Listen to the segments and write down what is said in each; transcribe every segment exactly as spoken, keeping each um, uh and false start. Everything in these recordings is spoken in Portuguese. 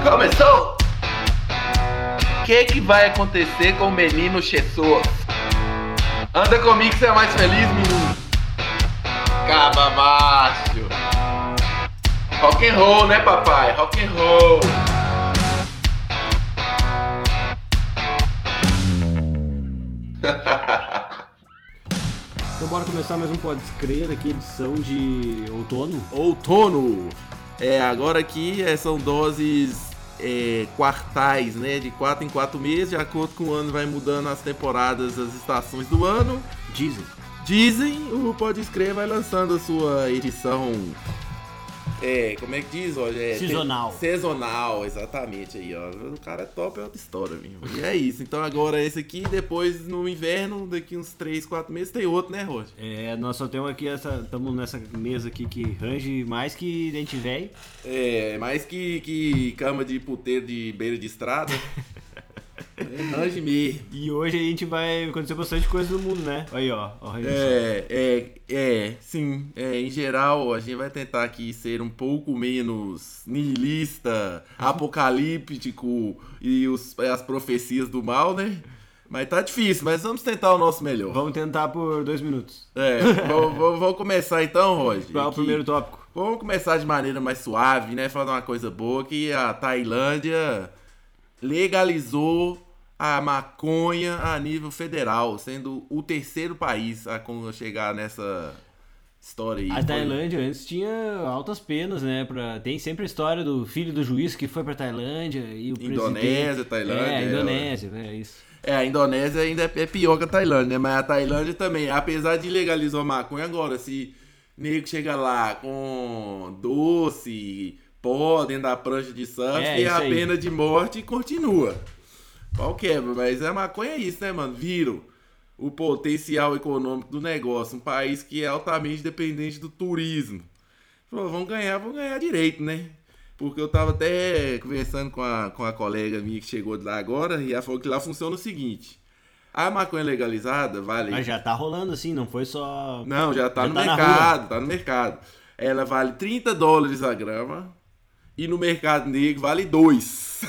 Começou! O que que vai acontecer com o menino Jesus? Anda comigo que você é mais feliz, menino. Caba macho. Rock and roll, né, papai? Rock and roll. Então bora começar mais um Pode Crer aqui, edição de outono. Outono! É, agora aqui é, são doses é, quartais, né? De quatro em quatro meses, de acordo com o ano vai mudando as temporadas, as estações do ano. Dizem. Dizem, o Pode Crer vai lançando a sua edição. É, como é que diz? Olha, é, Sazonal. Tem, sazonal, exatamente aí, ó. O cara é top, é outra história, mesmo. E é isso. Então agora esse aqui, depois no inverno, daqui uns três, quatro meses, tem outro, né, Roger? É, nós só temos aqui essa. Estamos nessa mesa aqui que range mais que dente velho. É, mais que, que cama de puteiro de beira de estrada. É, range mesmo. E hoje a gente vai acontecer bastante coisa no mundo, né? Aí, ó. ó é, é, é, sim. É, em geral, a gente vai tentar aqui ser um pouco menos nihilista, apocalíptico e os, as profecias do mal, né? Mas tá difícil, mas vamos tentar o nosso melhor. Vamos tentar por dois minutos. É, vamos, vamos começar então, Roger. Qual é o primeiro tópico? Vamos começar de maneira mais suave, né? Falar uma coisa boa, que a Tailândia legalizou a maconha a nível federal, sendo o terceiro país a chegar nessa história aí. A Tailândia antes tinha altas penas, né? Pra... Tem sempre a história do filho do juiz que foi pra Tailândia e o Indonésia, presidente... Tailândia. É, Indonésia, é, é isso. É, a Indonésia ainda é pior que a Tailândia, né? Mas a Tailândia também, apesar de legalizar a maconha agora, se nego chega lá com doce, pó dentro da prancha de surf, é, e a aí. pena de morte continua. Pau quebra, mas a maconha é isso, né, mano? Viram o potencial econômico do negócio. Um país que é altamente dependente do turismo. Falou, vamos ganhar, vamos ganhar direito, né? Porque eu tava até conversando com a, com a colega minha que chegou de lá agora e ela falou que lá funciona o seguinte. A maconha legalizada vale... Mas já tá rolando assim, não foi só... Não, já tá já no tá mercado, tá no mercado. Ela vale trinta dólares a grama e no mercado negro vale dois.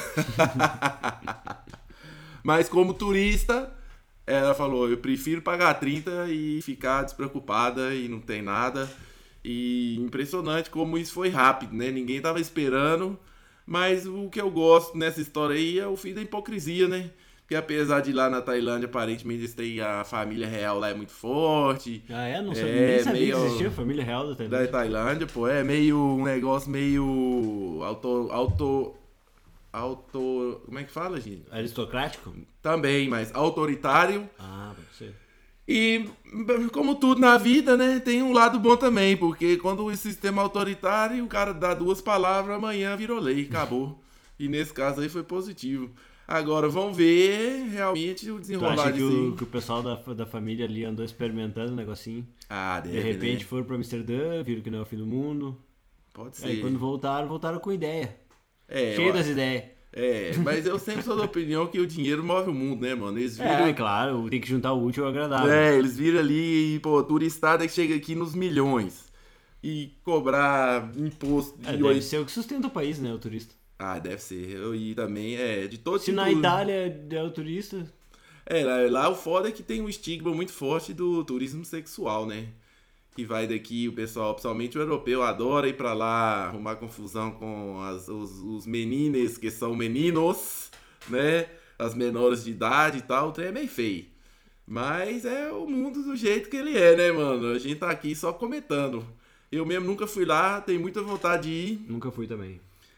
Mas como turista, ela falou, eu prefiro pagar trinta e ficar despreocupada e não tem nada. E impressionante como isso foi rápido, né? Ninguém tava esperando. Mas o que eu gosto nessa história aí é o fim da hipocrisia, né? Porque apesar de lá na Tailândia, aparentemente, eles têm a família real lá é muito forte. Ah, é? Não sabia, é, nem sabia meio... que existia a família real da Tailândia. Da Tailândia, pô, é meio um negócio meio auto... auto... auto... como é que fala, gente? Aristocrático? Também, mas autoritário. Ah, pode ser. E, como tudo na vida, né, tem um lado bom também, porque quando o sistema é autoritário, o cara dá duas palavras, amanhã virou lei, acabou. E nesse caso aí foi positivo. Agora, vamos ver realmente o desenrolar tu acha disso que aí. o, que o pessoal da, da família ali andou experimentando um negocinho? Ah, deve, De repente né? foram pra Amsterdã, viram que não é o fim do mundo. Pode ser. Aí quando voltaram, voltaram com ideia. É, Cheio eu- das ideias. É, mas eu sempre sou da opinião que o dinheiro move o mundo, né, mano? Eles viram... É, claro, tem que juntar o útil ao agradável. É, eles viram ali, pô, turistada que chega aqui nos milhões. E cobrar imposto de... É, deve ser o que sustenta o país, né, o turista. Ah, deve ser. Eu, e também, é, de todo Se tipo... na Itália é o turista... É, lá, lá o foda é que tem um estigma muito forte do turismo sexual, né? Que vai daqui, o pessoal, principalmente o europeu, adora ir pra lá, arrumar confusão com as, os, os menines que são meninos, né? As menores de idade e tal, o trem é meio feio. Mas é o mundo do jeito que ele é, né, mano? A gente tá aqui só comentando. Eu mesmo nunca fui lá, tenho muita vontade de ir, Nunca fui também.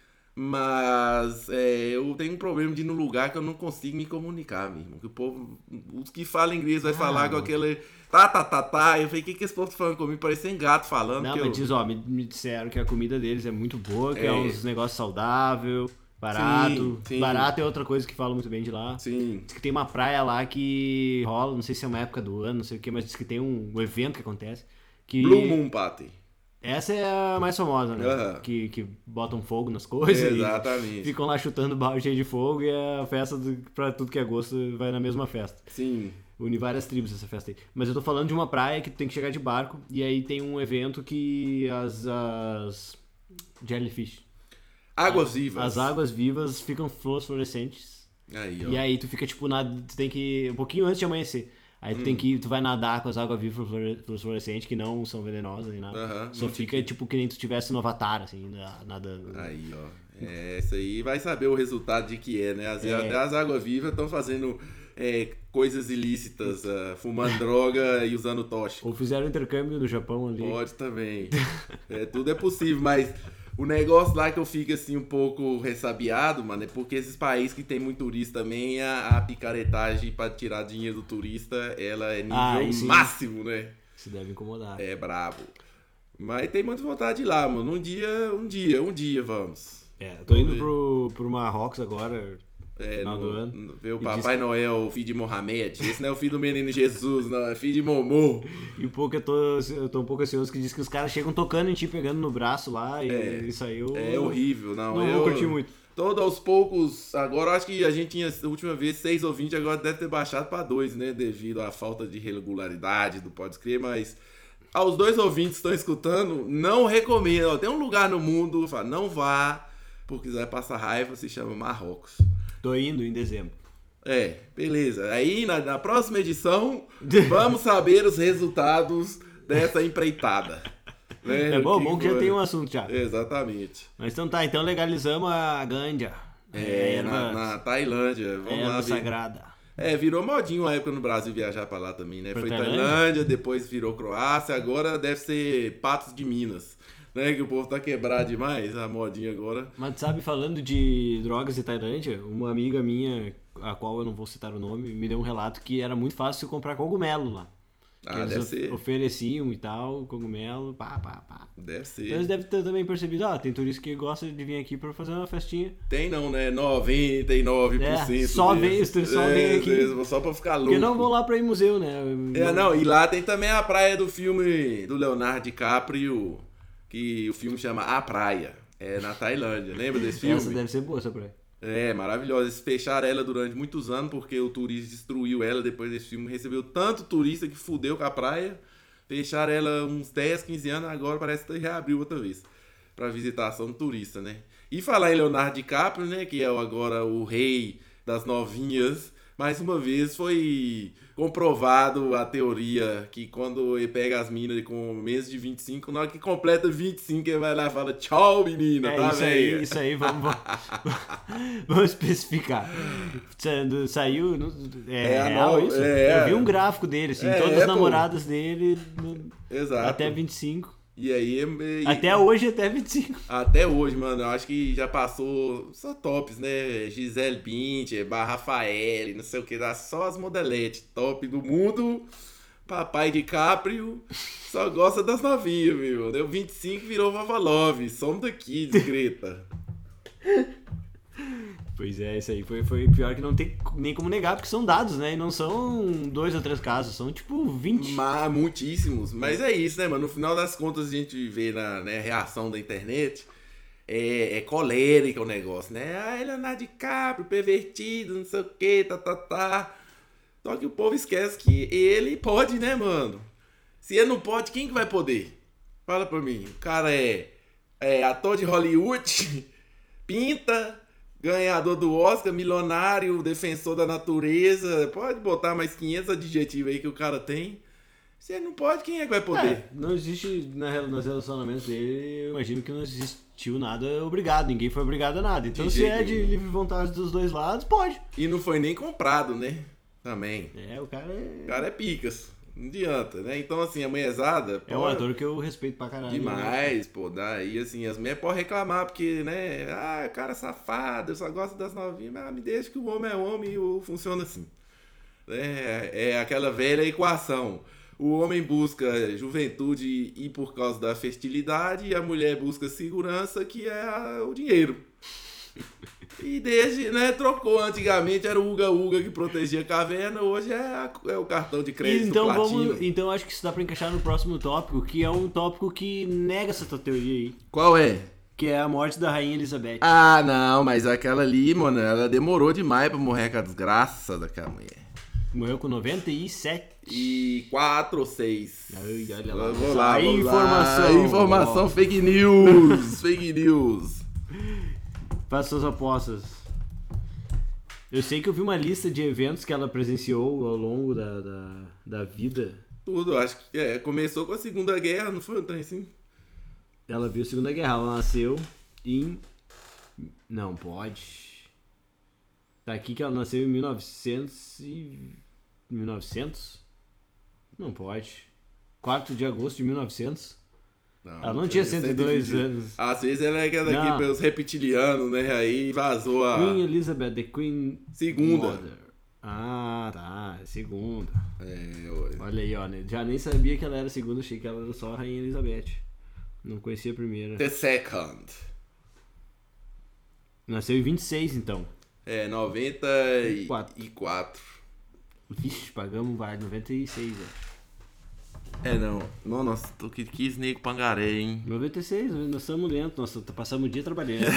mas é, eu tenho um problema de ir num lugar que eu não consigo me comunicar mesmo. Que o povo, os que falam inglês vai Ah, falar com não. aquele tá, tá, tá, tá. Eu falei, o que, que esse povo tá falando comigo? Parecendo gato falando. Não, que mas eu... diz, ó, me, me disseram que a comida deles é muito boa, que é, É. uns negócios saudáveis, barato. Sim, sim. Barato é outra coisa que falam muito bem de lá. Sim. Diz que tem uma praia lá que rola, não sei se é uma época do ano, não sei o que, mas diz que tem um, um evento que acontece. Que Blue Moon Party. essa é a mais famosa, né? Aham. Que, que botam fogo nas coisas Exatamente. e ficam lá chutando barro cheio de fogo e a festa do, pra tudo que é gosto vai na mesma festa. Sim. Une várias tribos essa festa aí. Mas eu tô falando de uma praia que tu tem que chegar de barco e aí tem um evento que as, as jellyfish Águas vivas. As águas vivas ficam fluorescentes. Aí, ó. E aí tu fica tipo, na, tu tem que um pouquinho antes de amanhecer. Aí tu hum. tem que tu vai nadar com as águas vivas fluorescentes que não são venenosas nem nada. Uh-huh, Só fica tipo que nem tu estivesse no Avatar assim, nadando. Aí, ó. É, isso aí vai saber o resultado de que é, né? As, é. as águas vivas estão fazendo é, coisas ilícitas, uh, fumando droga e usando tóxico. Ou fizeram intercâmbio no Japão ali. Pode também. É, tudo é possível, mas o negócio lá que eu fico assim um pouco ressabiado, mano, é porque esses países que tem muito turista também, a, a picaretagem pra tirar dinheiro do turista, ela é nível ah, máximo, né? Isso deve incomodar. É brabo. Mas tem muita vontade de ir lá, mano. Um dia, um dia, um dia vamos. É, tô indo pro, pro Marrocos agora, é, final no, do ano. No, ver o Papai diz... Noel, o filho de Mohamed. Esse não é o filho do menino Jesus, não, é filho de Momô. E um pouco eu tô, eu tô um pouco ansioso que diz que os caras chegam tocando em ti, pegando no braço lá, e é, isso aí eu... É horrível, não. Não eu, vou curtir muito. Todo aos poucos, agora eu acho que a gente tinha, a última vez, seis ouvintes, agora deve ter baixado pra dois, né? Devido à falta de regularidade do Pode Crer, mas... Aos dois ouvintes que estão escutando, não recomendo. Ó, tem um lugar no mundo, fala, não vá... Porque vai passar raiva, se chama Marrocos. Tô indo em dezembro. É, beleza. Aí na, na próxima edição, vamos saber os resultados dessa empreitada. Né? É bom, que bom que já tem um assunto já. Exatamente. Mas então tá, então legalizamos a ganja. É, erva, na, na Tailândia. Vamos erva lá ver. Sagrada. É, virou modinho uma época no Brasil viajar pra lá também, né? Pra Foi Tailândia? Tailândia, depois virou Croácia, agora deve ser Patos de Minas. Né, que o povo tá quebrado demais, a modinha agora. Mas sabe, falando de drogas e Tailândia, uma amiga minha, a qual eu não vou citar o nome, me deu um relato que era muito fácil comprar cogumelo lá. Ah, deve eles ser. Ofereciam e tal, cogumelo, pá, pá, pá. Deve ser. Então eles devem ter também percebido, ah, tem turista que gosta de vir aqui pra fazer uma festinha. Tem não, né? noventa e nove por cento. É, só vem, os turistas só vem aqui. Mesmo, só pra ficar louco. Porque não vão lá pra ir museu, né? É, não, e lá tem também a praia do filme do Leonardo DiCaprio, que o filme chama A Praia. É na Tailândia. Lembra desse filme? Essa deve ser boa, essa praia. É, maravilhosa. Eles fecharam ela durante muitos anos porque o turista destruiu ela depois desse filme. Recebeu tanto turista que fudeu com a praia. Fecharam ela uns dez, quinze anos, agora parece que reabriu outra vez. Pra visitação do turista, né? E falar em Leonardo DiCaprio, né? Que é agora o rei das novinhas. Mais uma vez foi comprovado a teoria que quando ele pega as minas com menos de vinte e cinco, na hora que completa vinte e cinco, ele vai lá e fala tchau, menina, é, tá isso velha? aí, isso aí, vamos, vamos, vamos especificar. Saiu, é, é real isso? É, eu vi um gráfico dele, assim, é, todas as é, namoradas pô. dele Exato. até vinte e cinco. E aí... E, até hoje, até vinte e cinco. Até hoje, mano, eu acho que já passou só tops, né? Gisele Bündchen, Barra Rafael, não sei o que, só as modeletes top do mundo. Papai DiCaprio só gosta das novinhas, meu. Deu vinte e cinco, virou Vava Love. Somos daqui, desgreta. Pois é, isso aí foi, foi pior que não tem nem como negar, porque são dados, né? E não são dois ou três casos, são tipo vinte. Mas, muitíssimos. Mas é isso, né, mano? No final das contas, a gente vê na né, reação da internet, é, é colérica o negócio, né? Ah, Leonardo DiCaprio, pervertido, não sei o que, tá, tá, tá. Só que o povo esquece que ele pode, né, mano? Se ele não pode, quem que vai poder? Fala pra mim. O cara é, é ator de Hollywood, pinta... Ganhador do Oscar, milionário, defensor da natureza. Pode botar mais quinhentos adjetivos aí que o cara tem. Se ele não pode, quem é que vai poder? É, não existe, na, nos relacionamentos dele, eu imagino que não existiu nada obrigado. Ninguém foi obrigado a nada. Então, se é de livre vontade dos dois lados, pode. E não foi nem comprado, né? Também. É, o cara é... O cara é picas. Não adianta, né? Então, assim, a mulherzada... É um ator que eu respeito pra caralho. Demais, né? Pô. Daí, assim, as mulheres podem reclamar, porque, né? Ah, cara safado, eu só gosto das novinhas. Mas me deixa que o homem é homem e funciona assim. É, é aquela velha equação. O homem busca juventude e por causa da fertilidade, e a mulher busca segurança, que é a, o dinheiro. E desde, né, trocou. Antigamente era o Uga Uga que protegia a caverna, hoje é, a, é o cartão de crédito então, platino. Vamos, então acho que isso dá pra encaixar no próximo tópico, que é um tópico que nega essa tua teoria aí. Qual é? Que é a morte da Rainha Elizabeth. Ah, não, mas aquela ali, mano, ela demorou demais pra morrer com a desgraça daquela mulher. Morreu com noventa e sete. E quatro ou seis. Ai, olha lá. Vou lá, vou informação. lá. Informação, oh. Fake news. Fake news. Faça suas apostas. Eu sei que eu vi uma lista de eventos que ela presenciou ao longo da, da, da vida. Tudo, acho que é. Começou com a Segunda Guerra, não foi um trem assim? Ela viu a Segunda Guerra, ela nasceu em... Não, pode. Tá aqui que ela nasceu em mil e novecentos e... mil e novecentos? Não pode. quatro de agosto de mil e novecentos? Não, ela não tinha cento e dois anos. Às vezes ela é aquela daqui pelos reptilianos, né? Aí vazou a... Queen Elizabeth, the Queen... Segunda. Mother. Ah, tá. Segunda. É, olha. Olha aí, ó. Né? Já nem sabia que ela era segunda, achei que ela era só a Rainha Elizabeth. Não conhecia a primeira. The second. Nasceu em vinte e seis, então. É, noventa e quatro. Vixe, pagamos vai, noventa e seis, ó. É, não. Não, nossa, tô que quis nego pangaré, hein? noventa e seis, nós estamos dentro. Nossa, passamos o dia trabalhando.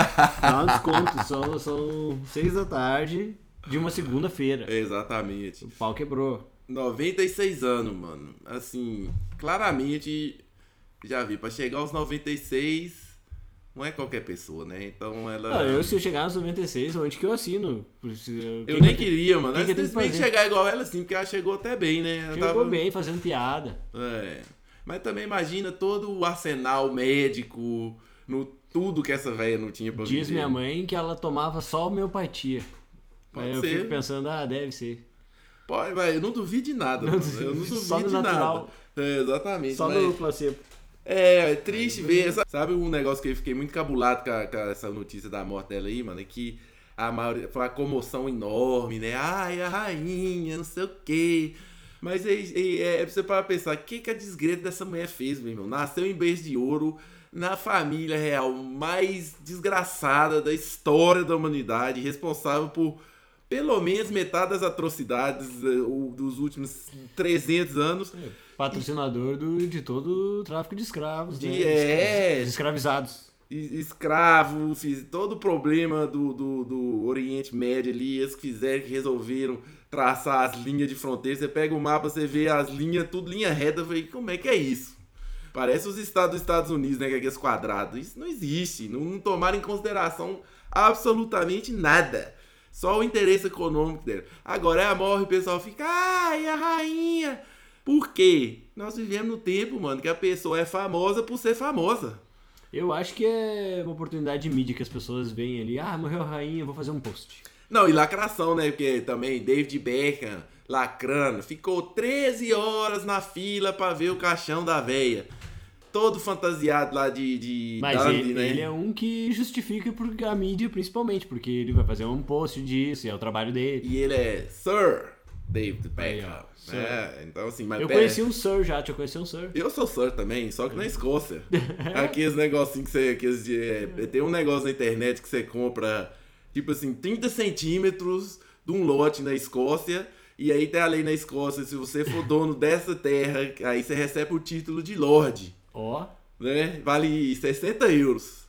Dá um desconto. São, são seis da tarde de uma segunda-feira. Exatamente. O pau quebrou. noventa e seis anos, mano. Assim, claramente, já vi, pra chegar aos noventa e seis, não é qualquer pessoa, né? Então ela... Ah, eu, se eu chegar aos noventa e seis, onde que eu assino? Eu que nem que, queria, mano. Que que Mas tem que chegar igual ela, assim, porque ela chegou até bem, né? Ela chegou tava... bem, fazendo piada. É. Mas também imagina todo o arsenal médico, no tudo que essa velha não tinha pra Diz viver. minha mãe que ela tomava só homeopatia. Pode Aí eu ser. fico pensando, ah, deve ser. Pode, vai, eu não duvido de nada, Não mano. Eu não duvido só no de natural. nada. É, exatamente. Só mas... no placebo. É, é triste ver. Sabe um negócio que eu fiquei muito cabulado com, a, com essa notícia da morte dela aí, mano? É que a maioria, foi uma comoção enorme, né? Ai, a rainha, não sei o quê. Mas é, é, é pra você parar pra pensar, o que, que a desgreta dessa mulher fez, meu irmão? Nasceu em berço de ouro, na família real mais desgraçada da história da humanidade, responsável por pelo menos metade das atrocidades uh, dos últimos trezentos anos. É, patrocinador do, de todo o tráfico de escravos, De, né? é, Os escravizados. escravo, fiz todo o problema do, do, do Oriente Médio ali, eles que fizeram, que resolveram traçar as linhas de fronteira. Você pega o mapa, você vê as linhas, tudo linha reta, eu falei, como é que é isso? Parece os estados dos Estados Unidos, né, que é aqueles quadrados. Isso não existe, não, não tomaram em consideração absolutamente nada. Só o interesse econômico dela. Agora ela morre e o pessoal fica, ai, a rainha. Por quê? Nós vivemos no tempo, mano, que a pessoa é famosa por ser famosa. Eu acho que é uma oportunidade de mídia que as pessoas veem ali. Ah, morreu a rainha, vou fazer um post. Não, e lacração, né? Porque também David Beckham lacrando. Ficou treze horas na fila pra ver o caixão da véia. Todo fantasiado lá de... de Mas Dandy, ele, né? ele é um que justifica por a mídia, principalmente, porque ele vai fazer um post disso, e é o trabalho dele. E ele é Sir David Beckham. Aí, ó, Sir. É, então assim, mas Eu pera- conheci um Sir já, tinha conhecido um Sir. Eu sou Sir também, só que na Escócia. Aqueles negocinhos que você... Aqueles de, é, tem um negócio na internet que você compra, tipo assim, trinta centímetros de um lote na Escócia. E aí tem a lei na Escócia, se você for dono dessa terra, aí você recebe o título de Lorde. Ó. Né? Vale sessenta euros.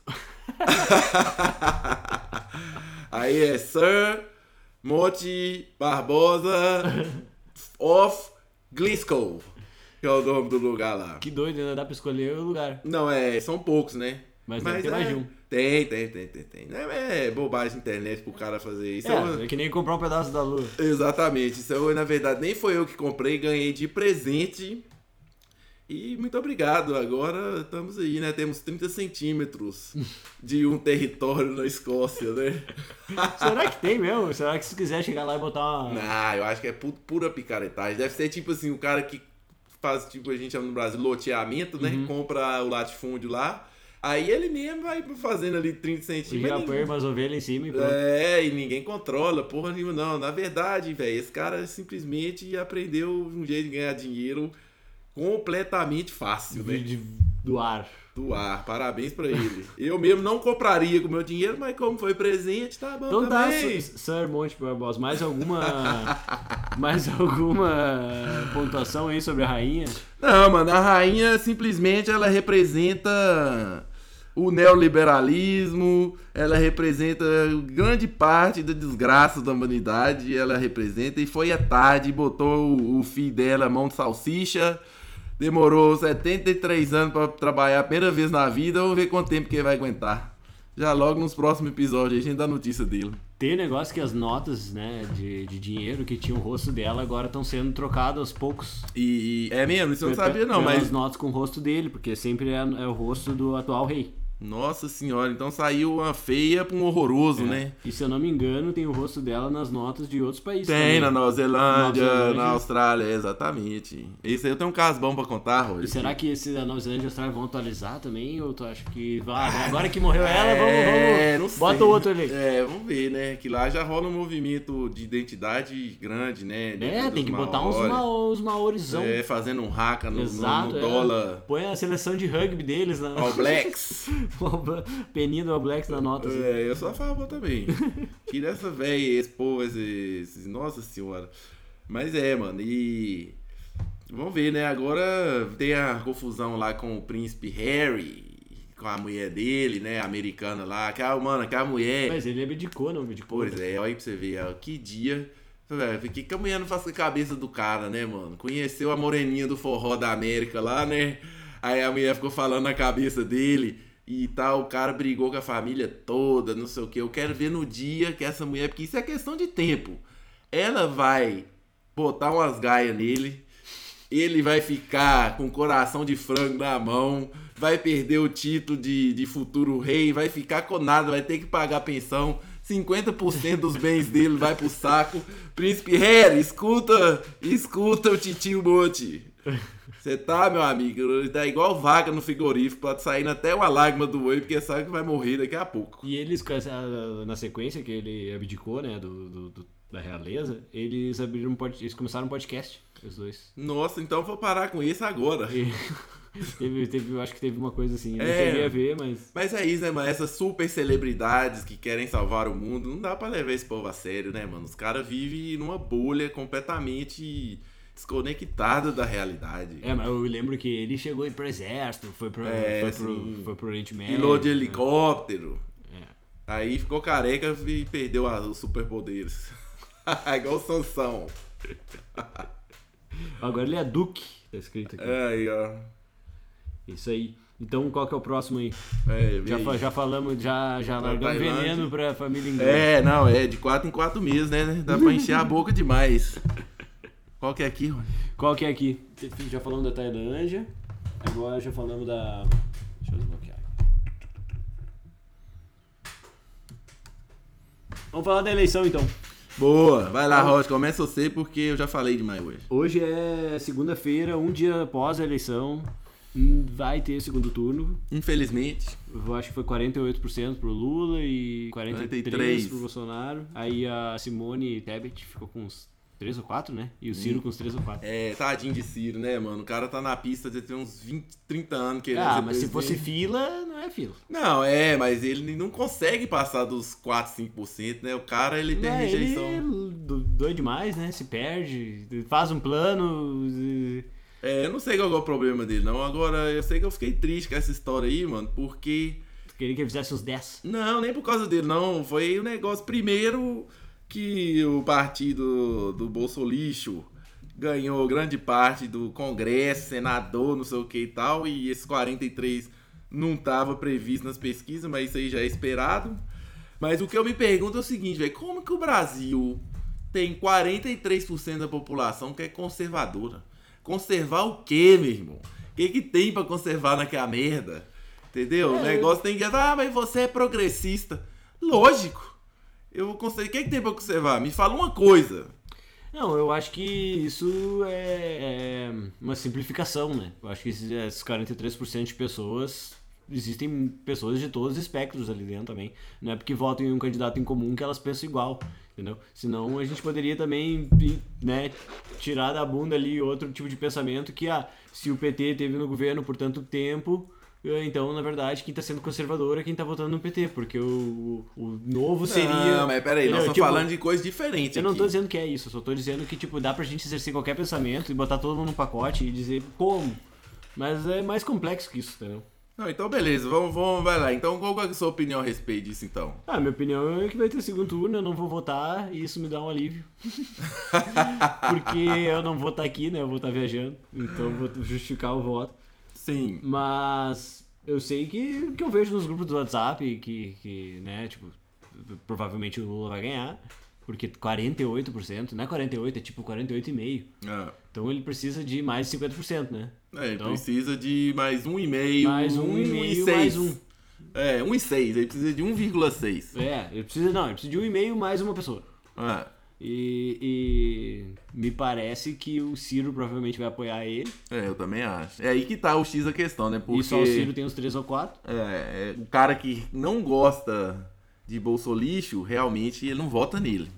Aí é Sir Monte Barbosa of Glasgow, que é o nome do lugar lá. Que doido, né? Dá pra escolher o lugar. Não, é, são poucos, né? Mas deve ter mais é, de um. Tem, tem, tem, tem, tem. É, é bobagem de internet pro cara fazer isso. É uma- É, é que nem comprar um pedaço da lua. Exatamente. Isso eu, na verdade, nem foi eu que comprei, ganhei de presente. E muito obrigado. Agora estamos aí, né? Temos trinta centímetros de um território na Escócia, né? Será que tem mesmo? Será que se quiser chegar lá e botar uma... Não, eu acho que é pu- pura picaretagem. Deve ser tipo assim, o cara que faz, tipo, a gente chama no Brasil, loteamento, né? Compra o latifúndio lá. Aí ele mesmo vai fazendo ali trinta centímetros. Já mas põe ninguém- umas ovelhas em cima e pronto. É, e ninguém controla, porra nenhuma, não. Na verdade, velho, esse cara simplesmente aprendeu um jeito de ganhar dinheiro completamente fácil, né? De, do ar. Do ar, parabéns pra ele. Eu mesmo não compraria com o meu dinheiro, mas como foi presente, tá bom Então tá, também. Sir Sir Monte Barbosa, mais alguma... mais alguma pontuação aí sobre a rainha? Não, mano, a rainha simplesmente ela representa o neoliberalismo, ela representa grande parte da desgraça da humanidade, ela representa, e foi à tarde, botou o, o filho dela, mão de salsicha, demorou setenta e três anos pra trabalhar a primeira vez na vida, vamos ver quanto tempo que ele vai aguentar. Já logo nos próximos episódios a gente dá a notícia dele. Tem um negócio que as notas, né, de, de dinheiro que tinham o rosto dela agora estão sendo trocadas aos poucos. E, e é mesmo, isso eu não Pe- sabia não, pelas mas... notas com o rosto dele, porque sempre é, é o rosto do atual rei. Nossa senhora, então saiu uma feia pra um horroroso, É. né? E se eu não me engano, tem o rosto dela nas notas de outros países Tem também. na Nova Zelândia, Nova Zelândia. na Austrália, exatamente. Esse aí eu tenho um caso bom pra contar, Roger. E será que esse da Nova Zelândia e Austrália vão atualizar também? Ou tu acha que... Ah, agora que morreu ela, vamos... É, vamos... não sei. Bota o outro ali. É, vamos ver, né? Que lá já rola um movimento de identidade grande, né? É, Dentro tem dos que botar uns, maori. ma uns maorizão. É, fazendo um haka no, no- Exato, no é. dólar. Põe a seleção de rugby deles na... All Blacks. Peninha do All Blacks na nota. Assim. É, eu sou a favor também. Tira essa véia, esse povo, esses, esses... Nossa senhora. Mas é, mano, e... Vamos ver, né? Agora tem a confusão lá com o príncipe Harry, com a mulher dele, né? Americana lá. Aquela, mano, aquela mulher... Mas ele abdicou, não abdicou? Pois é, olha aí pra você ver, ó, que dia... O que, que a mulher não faz com a cabeça do cara, né, mano? Conheceu a moreninha do forró da América lá, né? Aí a mulher ficou falando na cabeça dele e tal, o cara brigou com a família toda, não sei o que. Eu quero ver no dia que essa mulher, porque isso é questão de tempo. Ela vai botar umas gaias nele, ele vai ficar com o coração de frango na mão, vai perder o título de, de futuro rei, vai ficar com nada, vai ter que pagar pensão. cinquenta por cento dos bens dele vai pro saco. Príncipe Harry, escuta, escuta o titio Monte. Você tá, meu amigo, tá igual vaca no frigorífico, pode sair até uma lágrima do olho, porque sabe que vai morrer daqui a pouco. E eles, com essa- na sequência que ele abdicou, né, do, do- do- da realeza, eles abriram um pod- eles começaram um podcast, os dois. Nossa, então vou parar com isso agora. E teve, teve, eu acho que teve uma coisa assim, eu não É. cheguei a ver, mas... Mas é isso, né, mano? Essas super celebridades que querem salvar o mundo, não dá pra levar esse povo a sério, né, mano? Os caras vivem numa bolha completamente desconectada da realidade. É, mas eu lembro que ele chegou aí pro exército, foi pro, É, foi pro, sim. foi pro Oriente Médio. Piloto de né? helicóptero. É. Aí ficou careca e perdeu a- os superpoderes. Igual o Sansão. Agora ele é Duque, tá escrito aqui. Aí, ó. Isso aí. Então qual que é o próximo aí? É, Já, vê fa- aí. já falamos, já, já Da largamos Tailândia. veneno pra família inglesa. É, não, é de quatro em quatro meses, né? Dá pra encher a boca demais. Qual que é aqui, Rony? Qual que é aqui? Já falamos da Tailândia, agora já falamos da... Deixa eu desbloquear. Vamos falar da eleição então. Boa, vai lá, Roger, começa você porque eu já falei demais hoje. Hoje é segunda-feira, um dia após a eleição, hum, vai ter segundo turno. Infelizmente. Eu acho que foi quarenta e oito por cento pro Lula e quarenta e três por cento quarenta e três. pro Bolsonaro. Aí a Simone Tebet ficou com uns três ou quatro, né? E o Ciro com uns três ou quatro. É, tadinho de Ciro, né, mano? O cara tá na pista de ter uns vinte, trinta anos querendo Ah, ser mas se fosse presidente. fila, não é fila. Não, é, mas ele não consegue passar dos quatro, cinco por cento, né? O cara, ele tem É, rejeição. ele do- doido demais, né? Se perde, faz um plano. e- É, eu não sei qual é o problema dele, não. Agora, eu sei que eu fiquei triste com essa história aí, mano, porque... Queria que ele fizesse uns dez. Não, nem por causa dele, não. Foi o negócio primeiro que o partido do Bolsolixo ganhou grande parte do Congresso, senador, não sei o que e tal, e esses quarenta e três não estava previsto nas pesquisas, mas isso aí já é esperado. Mas o que eu me pergunto é o seguinte, velho, como que o Brasil tem quarenta e três por cento da população que é conservadora? Conservar o quê, meu irmão? O que que tem pra conservar naquela merda? Entendeu? O É, negócio tem que... Ah, mas você é progressista. Lógico. Eu consigo... O que, que tem pra conservar? Me fala uma coisa. Não, eu acho que isso é, é uma simplificação, né? Eu acho que esses, esses quarenta e três por cento de pessoas, existem pessoas de todos os espectros ali dentro também. Não é porque votam em um candidato em comum que elas pensam igual, entendeu? Senão a gente poderia também, né, tirar da bunda ali outro tipo de pensamento que, ah, se o P T teve no governo por tanto tempo... Então, na verdade, quem tá sendo conservador é quem tá votando no P T, porque o, o, o novo seria... Não, mas peraí, nós Entendeu? estamos Tipo, falando de coisas diferentes eu não aqui. tô dizendo que é isso, eu só tô dizendo que, tipo, dá pra gente exercer qualquer pensamento e botar todo mundo num pacote e dizer como. Mas é mais complexo que isso, entendeu? Não, então beleza, vamos, vamos, vai lá. Então qual é a sua opinião a respeito disso, então? Ah, minha opinião é que vai ter segundo turno, eu não vou votar e isso me dá um alívio. Porque eu não vou estar aqui, né? Eu vou estar viajando, então eu vou justificar o voto. Sim. Mas Eu sei que, que eu vejo nos grupos do WhatsApp que, que, né, tipo, provavelmente o Lula vai ganhar, porque quarenta e oito por cento, não é quarenta e oito por cento, é tipo quarenta e oito vírgula cinco por cento. Ah. Então ele precisa de mais de cinquenta por cento, né? É, ele então, precisa de mais um e meio, mais um e meio, seis. mais um. É, um e seis, ele precisa de um vírgula seis. É, ele precisa, não, ele precisa de um e meio mais uma pessoa. Ah. E, e me parece que o Ciro provavelmente vai apoiar ele. É, eu também acho. É aí que tá o X da questão, né? Porque E só o Ciro tem uns três ou quatro. É, é, o cara que não gosta de bolsolixo, realmente ele não vota nele.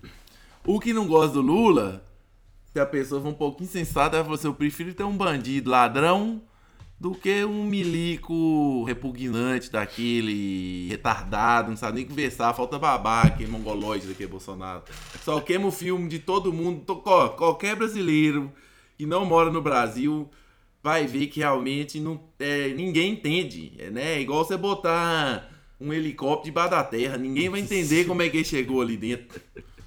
O que não gosta do Lula, se a pessoa for um pouco insensata, ela fala assim, eu prefiro ter um bandido ladrão do que um milico repugnante daquele, retardado, não sabe nem conversar, falta babaca, aquele mongoloide daquele Bolsonaro. Só queima o filme de todo mundo, qualquer brasileiro que não mora no Brasil vai ver que realmente não, é, ninguém entende, né? É igual você botar um helicóptero debaixo da terra, ninguém vai entender como é que ele chegou ali dentro.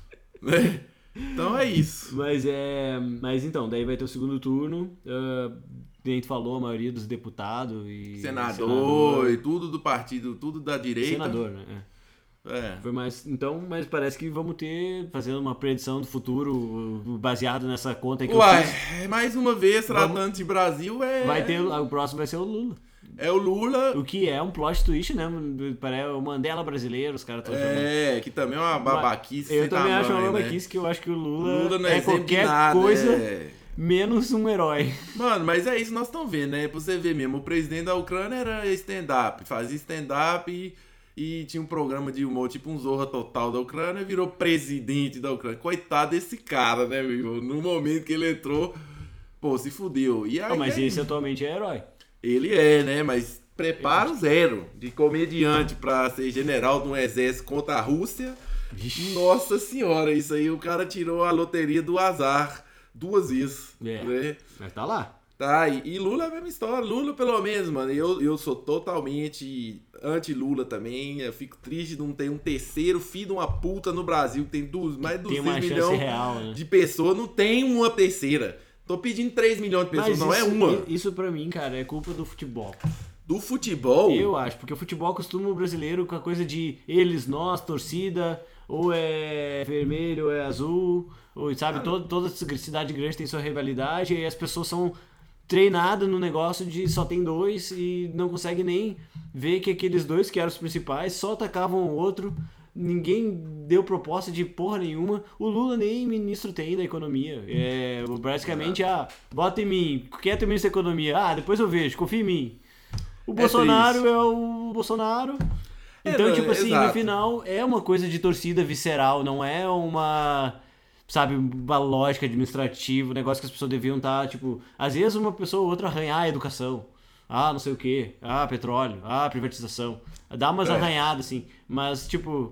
Né? Então é isso. Mas é. Mas então, daí vai ter o segundo turno. Uh, a gente falou, a maioria dos deputados e. Senador, senador e tudo do partido, tudo da direita. Senador, né? É. É. Foi mais, então, mas parece que vamos ter, fazendo uma predição do futuro baseado nessa conta que Uai, eu fiz. mais uma vez, tratando Vamos... de Brasil, é. Vai ter, o próximo vai ser o Lula. É o Lula. O que é um plot twist, né? Parece o Mandela brasileiro, os caras estão É, chamando. Que também é uma babaquice. Eu também tamanho, acho uma babaquice, né? que eu acho que o Lula, Lula não é, é qualquer nada, coisa é... menos um herói. Mano, mas é isso que nós estamos vendo, né? Pra você ver mesmo, o presidente da Ucrânia era stand-up, fazia stand-up e, e tinha um programa de humor, tipo um Zorra Total da Ucrânia, virou presidente da Ucrânia. Coitado desse cara, né, meu irmão? No momento que ele entrou, pô, se fudeu. E aí, Não, mas aí, esse atualmente é herói. Ele é, né? Mas preparo zero de comediante pra ser general de um exército contra a Rússia. Vixe. Nossa senhora, isso aí o cara tirou a loteria do azar duas vezes. É, né? mas tá lá. Tá, e, e Lula é a mesma história. Lula, pelo menos, mano, eu, eu sou totalmente anti-Lula também. Eu fico triste de não ter um terceiro filho de uma puta no Brasil, que tem duas, mais de duzentos milhões real, né? de pessoas. Não tem uma terceira. Tô pedindo três milhões de pessoas, Mas não isso, é uma. Isso pra mim, cara, é culpa do futebol. Do futebol? Eu acho, porque o futebol acostuma o brasileiro com a coisa de eles, nós, torcida, ou é vermelho, ou é azul, ou sabe, ah, todo, toda cidade grande tem sua rivalidade, e as pessoas são treinadas no negócio de só tem dois e não conseguem nem ver que aqueles dois que eram os principais só atacavam o outro. Ninguém deu proposta de porra nenhuma. O Lula nem ministro tem da economia. É, basicamente, ah, bota em mim, quer ter ministro da economia? Ah, depois eu vejo, confia em mim. O Bolsonaro é, é o Bolsonaro. Então, é, tipo assim, exato. No final é uma coisa de torcida visceral, não é uma, sabe, uma lógica administrativa, um negócio que as pessoas deviam estar, tipo, às vezes uma pessoa ou outra arranhar a educação. Ah, não sei o que. Ah, petróleo. Ah, privatização. Dá umas é. arranhadas, assim. Mas, tipo,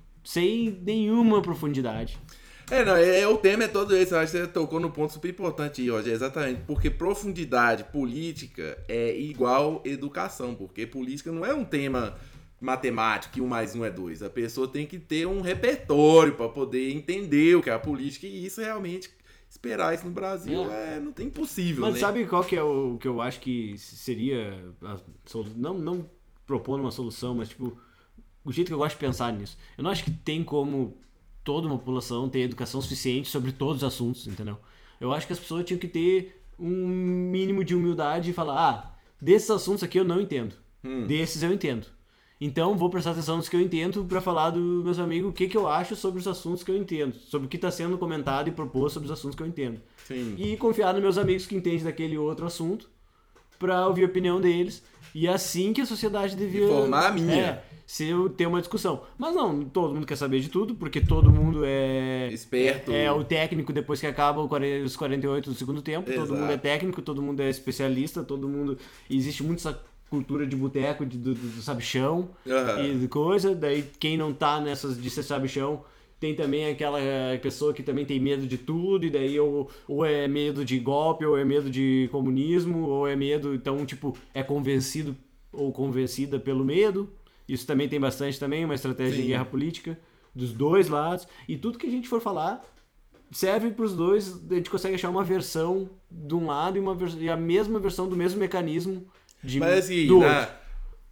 sem nenhuma profundidade. É, não, é, é, o tema é todo esse. Eu acho que você tocou no ponto super importante aí, Roger. Exatamente. Porque profundidade política é igual educação. Porque política não é um tema matemático, que um mais um é dois. A pessoa tem que ter um repertório para poder entender o que é a política. E isso realmente... Esperar isso no Brasil é, é não tem impossível. Mas né? Sabe qual que é o que eu acho que seria a solu... não, não propondo uma solução, mas tipo, o jeito que eu gosto de pensar nisso. Eu não acho que tem como toda uma população ter educação suficiente sobre todos os assuntos, entendeu? Eu acho que as pessoas tinham que ter um mínimo de humildade e falar, ah, desses assuntos aqui eu não entendo. Hum. Desses eu entendo. Então, vou prestar atenção nos que eu entendo para falar dos meus amigos o que, que eu acho sobre os assuntos que eu entendo, sobre o que está sendo comentado e proposto sobre os assuntos que eu entendo. Sim. E confiar nos meus amigos que entendem daquele outro assunto para ouvir a opinião deles. E é assim que a sociedade devia... formar a minha. É, se eu ter uma discussão. Mas não, todo mundo quer saber de tudo, porque todo mundo é... Esperto. É, é o técnico depois que acaba os quarenta e oito do segundo tempo. Exato. Todo mundo é técnico, todo mundo é especialista, todo mundo... Existe muito essa cultura de boteco, de, do, do sabichão uhum. e de coisa. Daí quem não tá nessas de ser sabichão tem também aquela pessoa que também tem medo de tudo, e daí ou, ou é medo de golpe, ou é medo de comunismo, ou é medo, então tipo, é convencido ou convencida pelo medo. Isso também tem bastante também, uma estratégia Sim. de guerra política dos dois lados. E tudo que a gente for falar serve para os dois, a gente consegue achar uma versão de um lado e, uma vers- e a mesma versão do mesmo mecanismo de, Mas assim, do na, outro.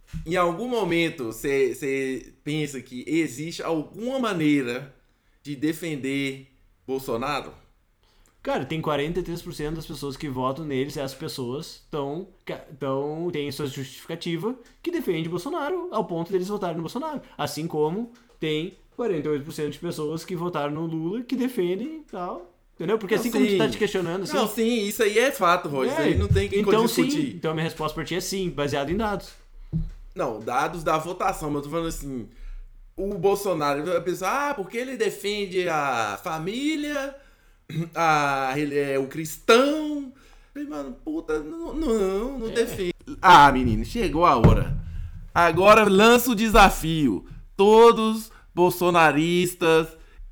em algum momento você pensa que existe alguma maneira de defender Bolsonaro? Cara, tem quarenta e três por cento das pessoas que votam neles, essas pessoas tão, tão, têm sua justificativa que defende Bolsonaro ao ponto deles votarem no Bolsonaro. Assim como tem quarenta e oito por cento de pessoas que votaram no Lula que defendem e tal. Entendeu? Porque assim não, como tu tá te questionando... Assim, não, sim, isso aí é fato, Roger. É, isso aí não tem que então, discutir. Sim, então a minha resposta pra ti é sim, baseado em dados. Não, dados da votação, mas eu tô falando assim... O Bolsonaro, a pessoa, ah, porque ele defende a família... Ah, ele é o cristão. Falei, mano, puta, não, não, não é. defende. Ah, menino, chegou a hora. Agora lança o desafio. Todos bolsonaristas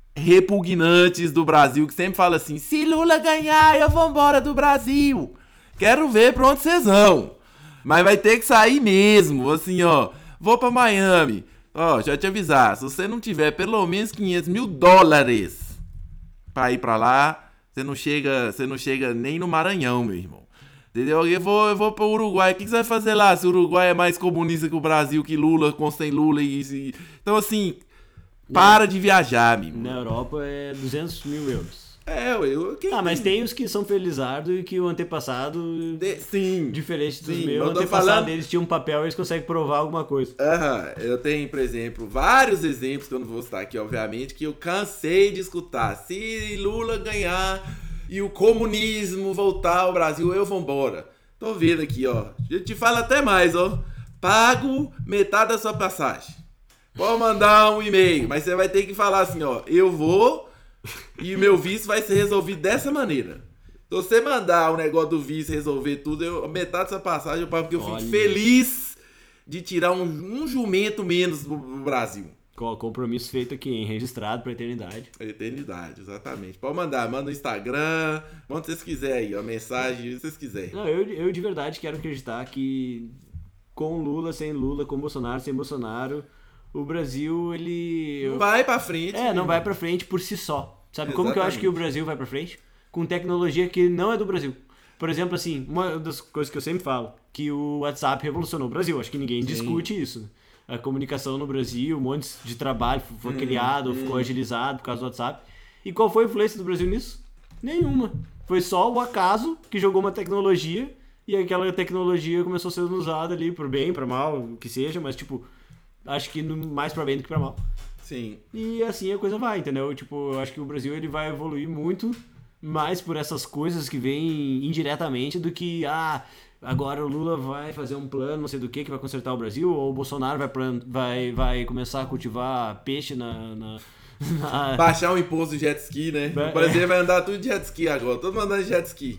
repugnantes do Brasil, que sempre falam assim, se Lula ganhar, eu vou embora do Brasil. Quero ver pra onde vocês vão. Mas vai ter que sair mesmo, assim, ó. Vou pra Miami. Ó, já te avisar, se você não tiver pelo menos quinhentos mil dólares pra ir pra lá, você não chega, você não chega nem no Maranhão, meu irmão. Entendeu? Eu vou, eu vou pro Uruguai. O que, que você vai fazer lá se o Uruguai é mais comunista que o Brasil, que Lula, com sem Lula e... e... Então, assim, para de viajar, meu irmão. Na Europa é duzentos mil euros. É, eu... Quem ah, mas tem os que são felizardos e que o antepassado... De... Sim. Diferente dos sim, meus, o antepassado falando... deles tinha um papel e eles conseguem provar alguma coisa. Aham, eu tenho, por exemplo, vários exemplos que eu não vou citar aqui, obviamente, que eu cansei de escutar. Se Lula ganhar e o comunismo voltar ao Brasil, eu vou embora. Tô vendo aqui, ó. Eu te falo até mais, ó. Pago metade da sua passagem. Pode mandar um e-mail, mas você vai ter que falar assim, ó. Eu vou... E o meu visto vai ser resolvido dessa maneira. Se você mandar o negócio do visto resolver tudo, eu, metade dessa passagem eu pago, porque eu Olha. fico feliz de tirar um, um jumento menos do, do Brasil. Compromisso feito aqui, hein? Registrado pra eternidade. Eternidade, exatamente. Pode mandar, manda no Instagram, manda vocês quiserem aí, a mensagem, se vocês quiserem. Não, eu, eu de verdade quero acreditar que com Lula, sem Lula, com Bolsonaro, sem Bolsonaro... O Brasil, ele... Não vai pra frente. É, não vai pra frente por si só. Sabe como que eu acho que o Brasil vai pra frente? Com tecnologia que não é do Brasil. Por exemplo, assim, uma das coisas que eu sempre falo, que o WhatsApp revolucionou o Brasil. Acho que ninguém Sim. discute isso. A comunicação no Brasil, um monte de trabalho foi hum, criado, hum. ficou agilizado por causa do WhatsApp. E qual foi a influência do Brasil nisso? Nenhuma. Foi só o acaso que jogou uma tecnologia e aquela tecnologia começou a ser usada ali por bem, pra mal, o que seja, mas tipo... Acho que mais pra bem do que pra mal. Sim. E assim a coisa vai, entendeu? Tipo, eu acho que o Brasil ele vai evoluir muito mais por essas coisas que vêm indiretamente do que, ah, agora o Lula vai fazer um plano, não sei do que, que vai consertar o Brasil, ou o Bolsonaro vai, vai, vai começar a cultivar peixe na... na, na... Baixar o imposto de jet ski, né? O Brasil é. vai andar tudo de jet ski agora, todo mundo andando de jet ski.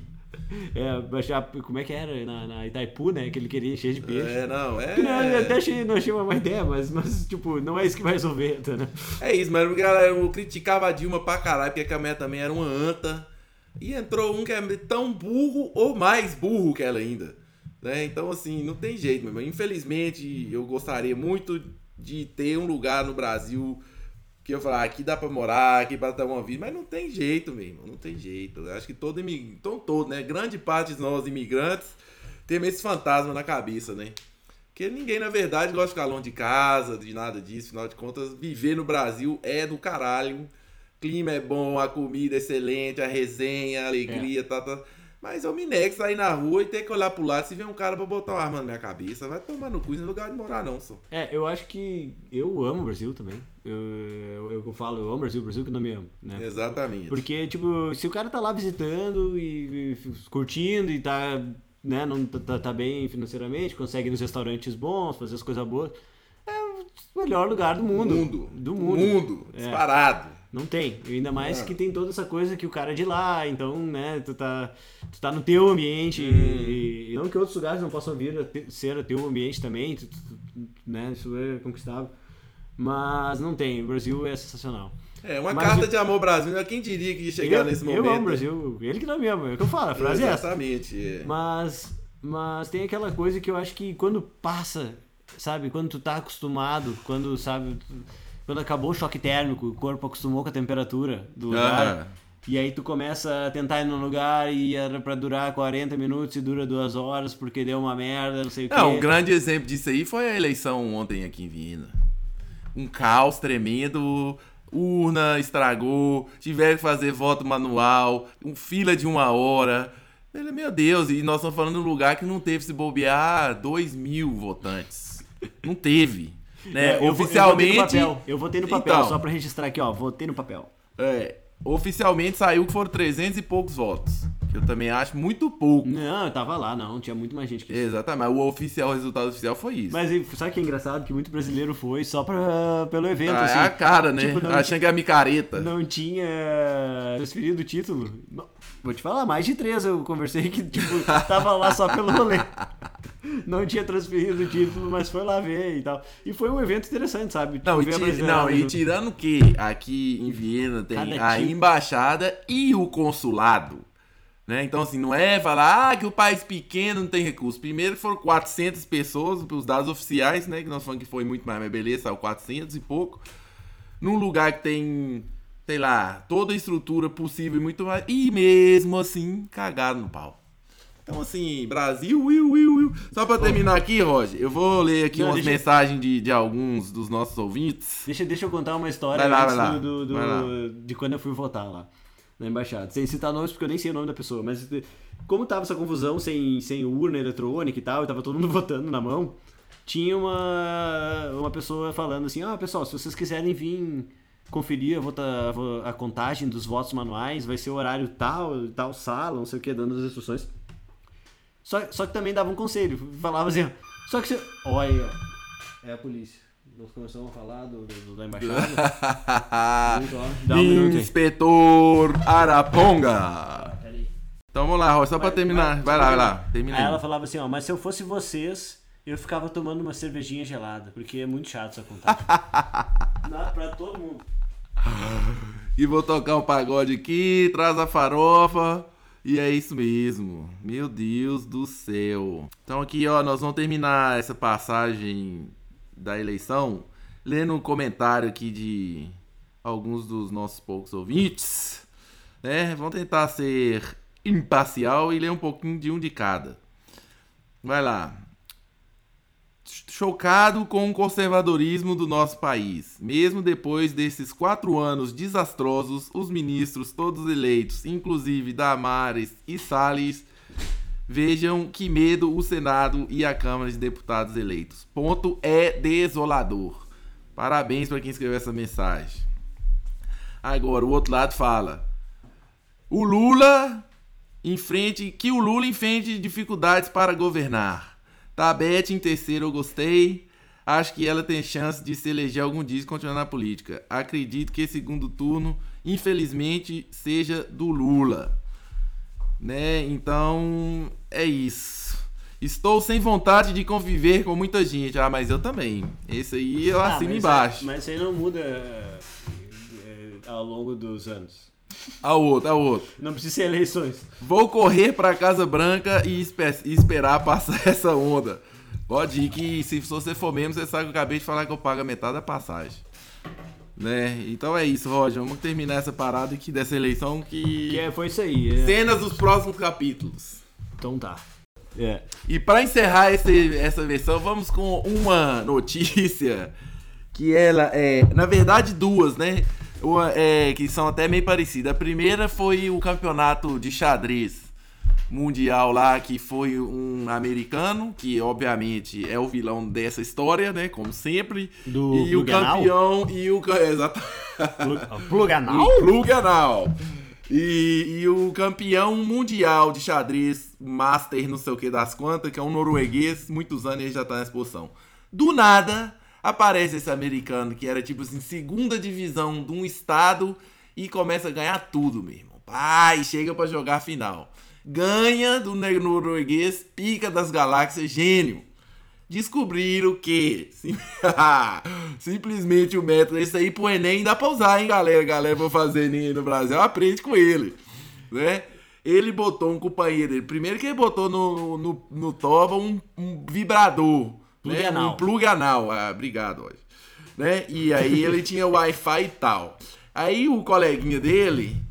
É, baixar, como é que era? Na, na Itaipu, né? Que ele queria encher de peixe. É, não, é... Não, eu até achei, não achei uma má ideia, mas, mas, tipo, não é isso que vai resolver, tá, né? É isso, mas galera, eu criticava a Dilma pra caralho, porque a mulher também era uma anta. E entrou um que é tão burro ou mais burro que ela ainda. Né? Então, assim, não tem jeito, meu irmão. Infelizmente, eu gostaria muito de ter um lugar no Brasil... Que eu falar, aqui dá pra morar, aqui dá pra dar uma vida, mas não tem jeito, meu irmão, não tem jeito. Eu acho que todo imigrante, então todo, né? Grande parte de nós imigrantes temos esse fantasma na cabeça, né? Porque ninguém, na verdade, gosta de ficar longe de casa, de nada disso. Afinal de contas, viver no Brasil é do caralho. O clima é bom, a comida é excelente, a resenha, a alegria, é. tá, tá. Mas eu me nego a sair na rua e ter que olhar pro lado se vê um cara pra botar uma arma na minha cabeça. Vai tomar no cu, não é lugar de morar não, só. É, eu acho que eu amo o Brasil também. Eu, eu, eu falo, eu amo o Brasil, o Brasil que não me ama, né? Exatamente. Porque, tipo, se o cara tá lá visitando e, e curtindo e tá, né, não, tá, tá bem financeiramente, consegue ir nos restaurantes bons, fazer as coisas boas, é o melhor lugar do mundo. Mundo. Do mundo. Mundo. É. Disparado. Não tem, ainda mais é. que tem toda essa coisa que o cara é de lá, então, né, tu tá, tu tá no teu ambiente, hum. e, e não que outros lugares não possam vir a ter, ser o teu ambiente também, tu, tu, né, isso é conquistável, mas não tem, o Brasil é sensacional. É, uma mas carta eu, de amor ao Brasil, quem diria que ia chegar eu, nesse momento? Eu amo o Brasil, ele que não me ama, é o que eu falo, a frase é essa. Exatamente. É. Mas, mas tem aquela coisa que eu acho que quando passa, sabe, quando tu tá acostumado, quando, sabe... Quando acabou o choque térmico, o corpo acostumou com a temperatura do lugar, E aí tu começa a tentar ir num lugar e era pra durar quarenta minutos e dura duas horas porque deu uma merda, não sei o quê. Não, um grande exemplo disso aí foi a eleição ontem aqui em Viena. Um caos tremendo, urna estragou, tiveram que fazer voto manual, um fila de uma hora. Meu Deus, e nós estamos falando de um lugar que não teve, se bobear, dois mil votantes. Não teve. Né? É, eu, Oficialmente... Eu votei no papel, eu votei no papel Então, só pra registrar aqui, ó, votei no papel. É, oficialmente saiu que foram trezentos e poucos votos. Que eu também acho muito pouco. Não, eu tava lá, não, tinha muito mais gente que isso. Exatamente, mas o oficial, o resultado oficial foi isso. Mas sabe o que é engraçado? Que muito brasileiro foi só pra, pelo evento, ah, assim. É a cara, né? Tipo, não Achando tinha- que é micareta. Não tinha transferido o título. Não, vou te falar, mais de três eu conversei que, tipo, tava lá só pelo rolê. Não tinha transferido o título, mas foi lá ver e tal. E foi um evento interessante, sabe? Não, Tipo, e, ver a ti- brasileirada não, e junto. tirando que aqui em Viena tem Cada a tipo. embaixada e o consulado. Né? Então, assim, não é falar ah, que o país pequeno não tem recurso. Primeiro foram quatrocentas pessoas, os dados oficiais, né? Que nós falamos que foi muito mais, mas beleza, saiu quatrocentos e pouco. Num lugar que tem, sei lá, toda a estrutura possível e muito mais. E mesmo assim, cagaram no pau. Então, assim, Brasil, will, will, will. Só pra terminar aqui, Roger, eu vou ler aqui Não, umas deixa- mensagens de, de alguns dos nossos ouvintes. Deixa, deixa eu contar uma história Vai lá, antes vai lá, do, do- vai lá. de quando eu fui votar lá na embaixada. Sem citar nomes, porque eu nem sei o nome da pessoa, mas como tava essa confusão sem, sem urna eletrônica e tal, e tava todo mundo votando na mão, tinha uma, uma pessoa falando assim, ah, pessoal, se vocês quiserem vir conferir a, vota, a contagem dos votos manuais, vai ser o horário tal, tal sala, não sei o que, dando as instruções. Só, só que também dava um conselho, falava assim, ó, só que você... Olha, é a polícia. Nós começamos a falar do, do- da embaixada. Muito, ó. Dá um minuto aí. Inspetor Araponga. Peraí. Então vamos lá, Roger, só pra Vai, terminar. vai, Vai lá, vai lá. Termina Aí aí. ela falava assim, ó, mas se eu fosse vocês, eu ficava tomando uma cervejinha gelada, porque é muito chato essa contagem. Dá pra todo mundo. E vou tocar um pagode aqui, traz a farofa. E é isso mesmo. Meu Deus do céu. Então aqui, ó, nós vamos terminar essa passagem da eleição lendo um comentário aqui de alguns dos nossos poucos ouvintes, né? Vamos tentar ser imparcial e ler um pouquinho de um de cada. Vai lá. Chocado com o conservadorismo do nosso país. Mesmo depois desses quatro anos desastrosos, os ministros todos eleitos, inclusive Damares e Salles, vejam que medo o Senado e a Câmara de Deputados eleitos. Ponto é desolador. Parabéns para quem escreveu essa mensagem. Agora, o outro lado fala: o Lula enfrente, que o Lula enfrente dificuldades para governar. Tabete em terceiro eu gostei. Acho que ela tem chance de se eleger algum dia e continuar na política. Acredito que esse segundo turno, infelizmente, seja do Lula. Né? Então, é isso. Estou sem vontade de conviver com muita gente. Ah, mas eu também. Esse aí eu Ah, assino mas embaixo. é- Mas isso aí não muda é, é, ao longo dos anos. Ao outro, ao outro. Não precisa ser eleições. Vou correr pra Casa Branca e, espe- e esperar passar essa onda. Pode ir que se você for mesmo, você sabe que eu acabei de falar que eu pago a metade da passagem. Né? Então é isso, Roger. Vamos terminar essa parada aqui dessa eleição que... Que é, foi isso aí. é. Cenas dos próximos capítulos. Então tá. É. E pra encerrar esse, essa versão, vamos com uma notícia que ela é, na verdade, duas, né? Uma, é, que são até meio parecidas. A primeira foi o campeonato de xadrez mundial lá, que foi um americano, que obviamente é o vilão dessa história, né? Como sempre. Do e o Pluganal? campeão e o ca- exatamente. Pluganal? Pluganal. E, e o campeão mundial de xadrez, Master não sei o que das quantas, que é um norueguês, muitos anos ele já tá na exposição. Do nada, aparece esse americano que era tipo assim, segunda divisão de um estado e começa a ganhar tudo, meu irmão. Pai, chega pra jogar a final. Ganha do norueguês, pica das galáxias, gênio. Descobriram que sim, simplesmente o método, esse aí pro Enem dá pra usar, hein, galera? Galera pra fazer Enem no Brasil, aprende com ele, né? Ele botou um companheiro dele. Primeiro que ele botou no, no, no toba um, um vibrador, Plug né? anal. Um plug anal. Ah, obrigado, hoje. Né? E aí ele tinha Wi-Fi e tal. Aí o coleguinha dele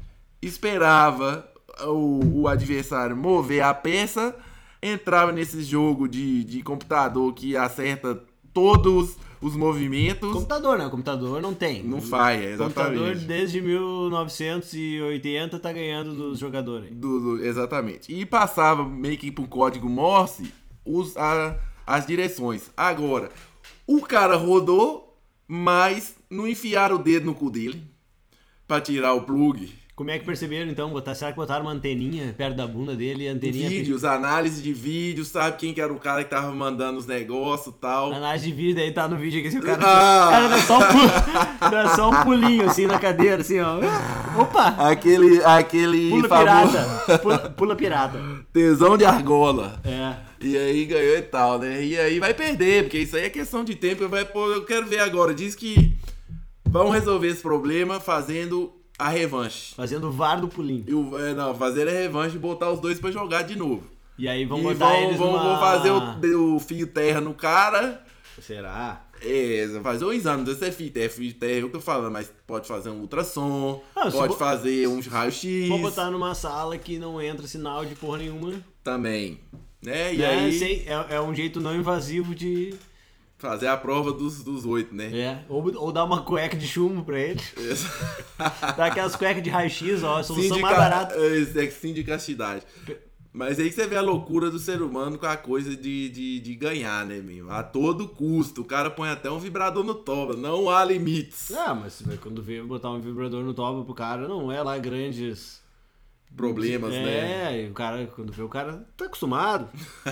esperava o, o adversário mover a peça, entrava nesse jogo de, de computador que acerta todos os movimentos. Computador, né? Computador não tem. Não faz, é, exatamente. Computador desde mil novecentos e oitenta tá ganhando dos jogadores. Do, do, exatamente. E passava meio que por código Morse os, a, as direções. Agora, o cara rodou, mas não enfiaram o dedo no cu dele pra tirar o plug. Como é que perceberam, então? Botar, será que botaram uma anteninha perto da bunda dele? Anteninha Vídeos, análise de vídeos, sabe quem que era o cara que tava mandando os negócios e tal. Análise de vídeo, aí tá no vídeo aqui, assim, o cara, Ah! o cara dá, só um pulo, dá só um pulinho, assim, na cadeira, assim, ó. Opa! Aquele, aquele Pula famoso pirata. Pula, pula pirata. tesão de argola. É. E aí ganhou e tal, né? E aí vai perder, porque isso aí é questão de tempo. Vai, pô, eu quero ver agora. Diz que vão resolver esse problema fazendo a revanche. Fazendo o V A R do pulinho. E o, é, não, fazer a revanche e botar os dois pra jogar de novo. E aí vão E botar vão, eles vão, numa... vão fazer o, o fio terra no cara. Será? É, fazer um exame, não sei se é fio terra, fio terra, é o que eu tô falando, mas pode fazer um ultrassom, Ah, se pode bo- fazer uns raios-x. Vou botar numa sala que não entra sinal de porra nenhuma. Também. Né? E É, aí, sei, é, é um jeito não invasivo de... fazer a prova dos, dos oito, né? É, ou, ou dar uma cueca de chumbo pra ele. Dar aquelas cuecas de raio-x, ó, a solução mais barata. É, sim de castidade. Mas aí você vê a loucura do ser humano com a coisa de, de, de ganhar, né, meu? A todo custo. O cara põe até um vibrador no toba. Não há limites. Ah, mas quando vê botar um vibrador no toba pro cara, não é lá grandes... Problemas, é, né? É, e o cara, quando vê o cara, tá acostumado.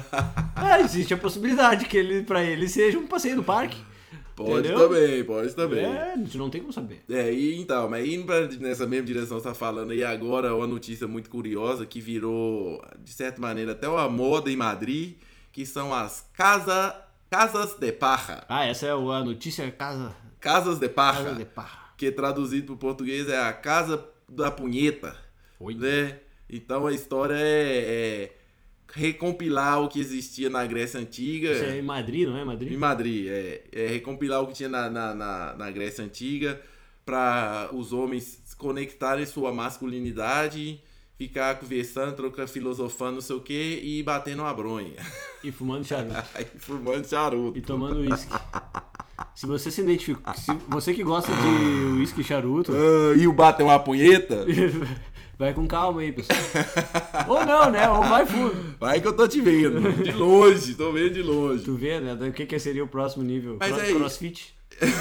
É, existe a possibilidade que ele, pra ele seja um passeio no parque. Pode entendeu? também, pode também. É, a gente não tem como saber. É, e então, mas indo pra, nessa mesma direção que você tá falando aí agora, uma notícia muito curiosa que virou, de certa maneira, até uma moda em Madrid, que são as casa, casas de parra. Ah, essa é a notícia casa, Casas de parra. casa de parra. Que traduzido para o português é a casa da punheta. Oi. Né? Então a história é, é recompilar o que existia na Grécia Antiga. Isso é em Madrid, não é Em Madrid? Madrid, é, é recompilar o que tinha na, na, na, na Grécia Antiga para os homens se conectarem sua masculinidade, ficar conversando, trocando, filosofando, não sei o que, e batendo uma bronha. E fumando charuto. Aí fumando charuto. E tomando uísque. Se você se identifica, se você que gosta de uísque e charuto, Ah, e o bater uma punheta? vai com calma aí, pessoal. Ou não, né? Ou vai fundo. Vai que eu tô te vendo. De longe, tô vendo de longe. Tu vê, né? O que, que seria o próximo nível? Mas Cro- é isso. Crossfit?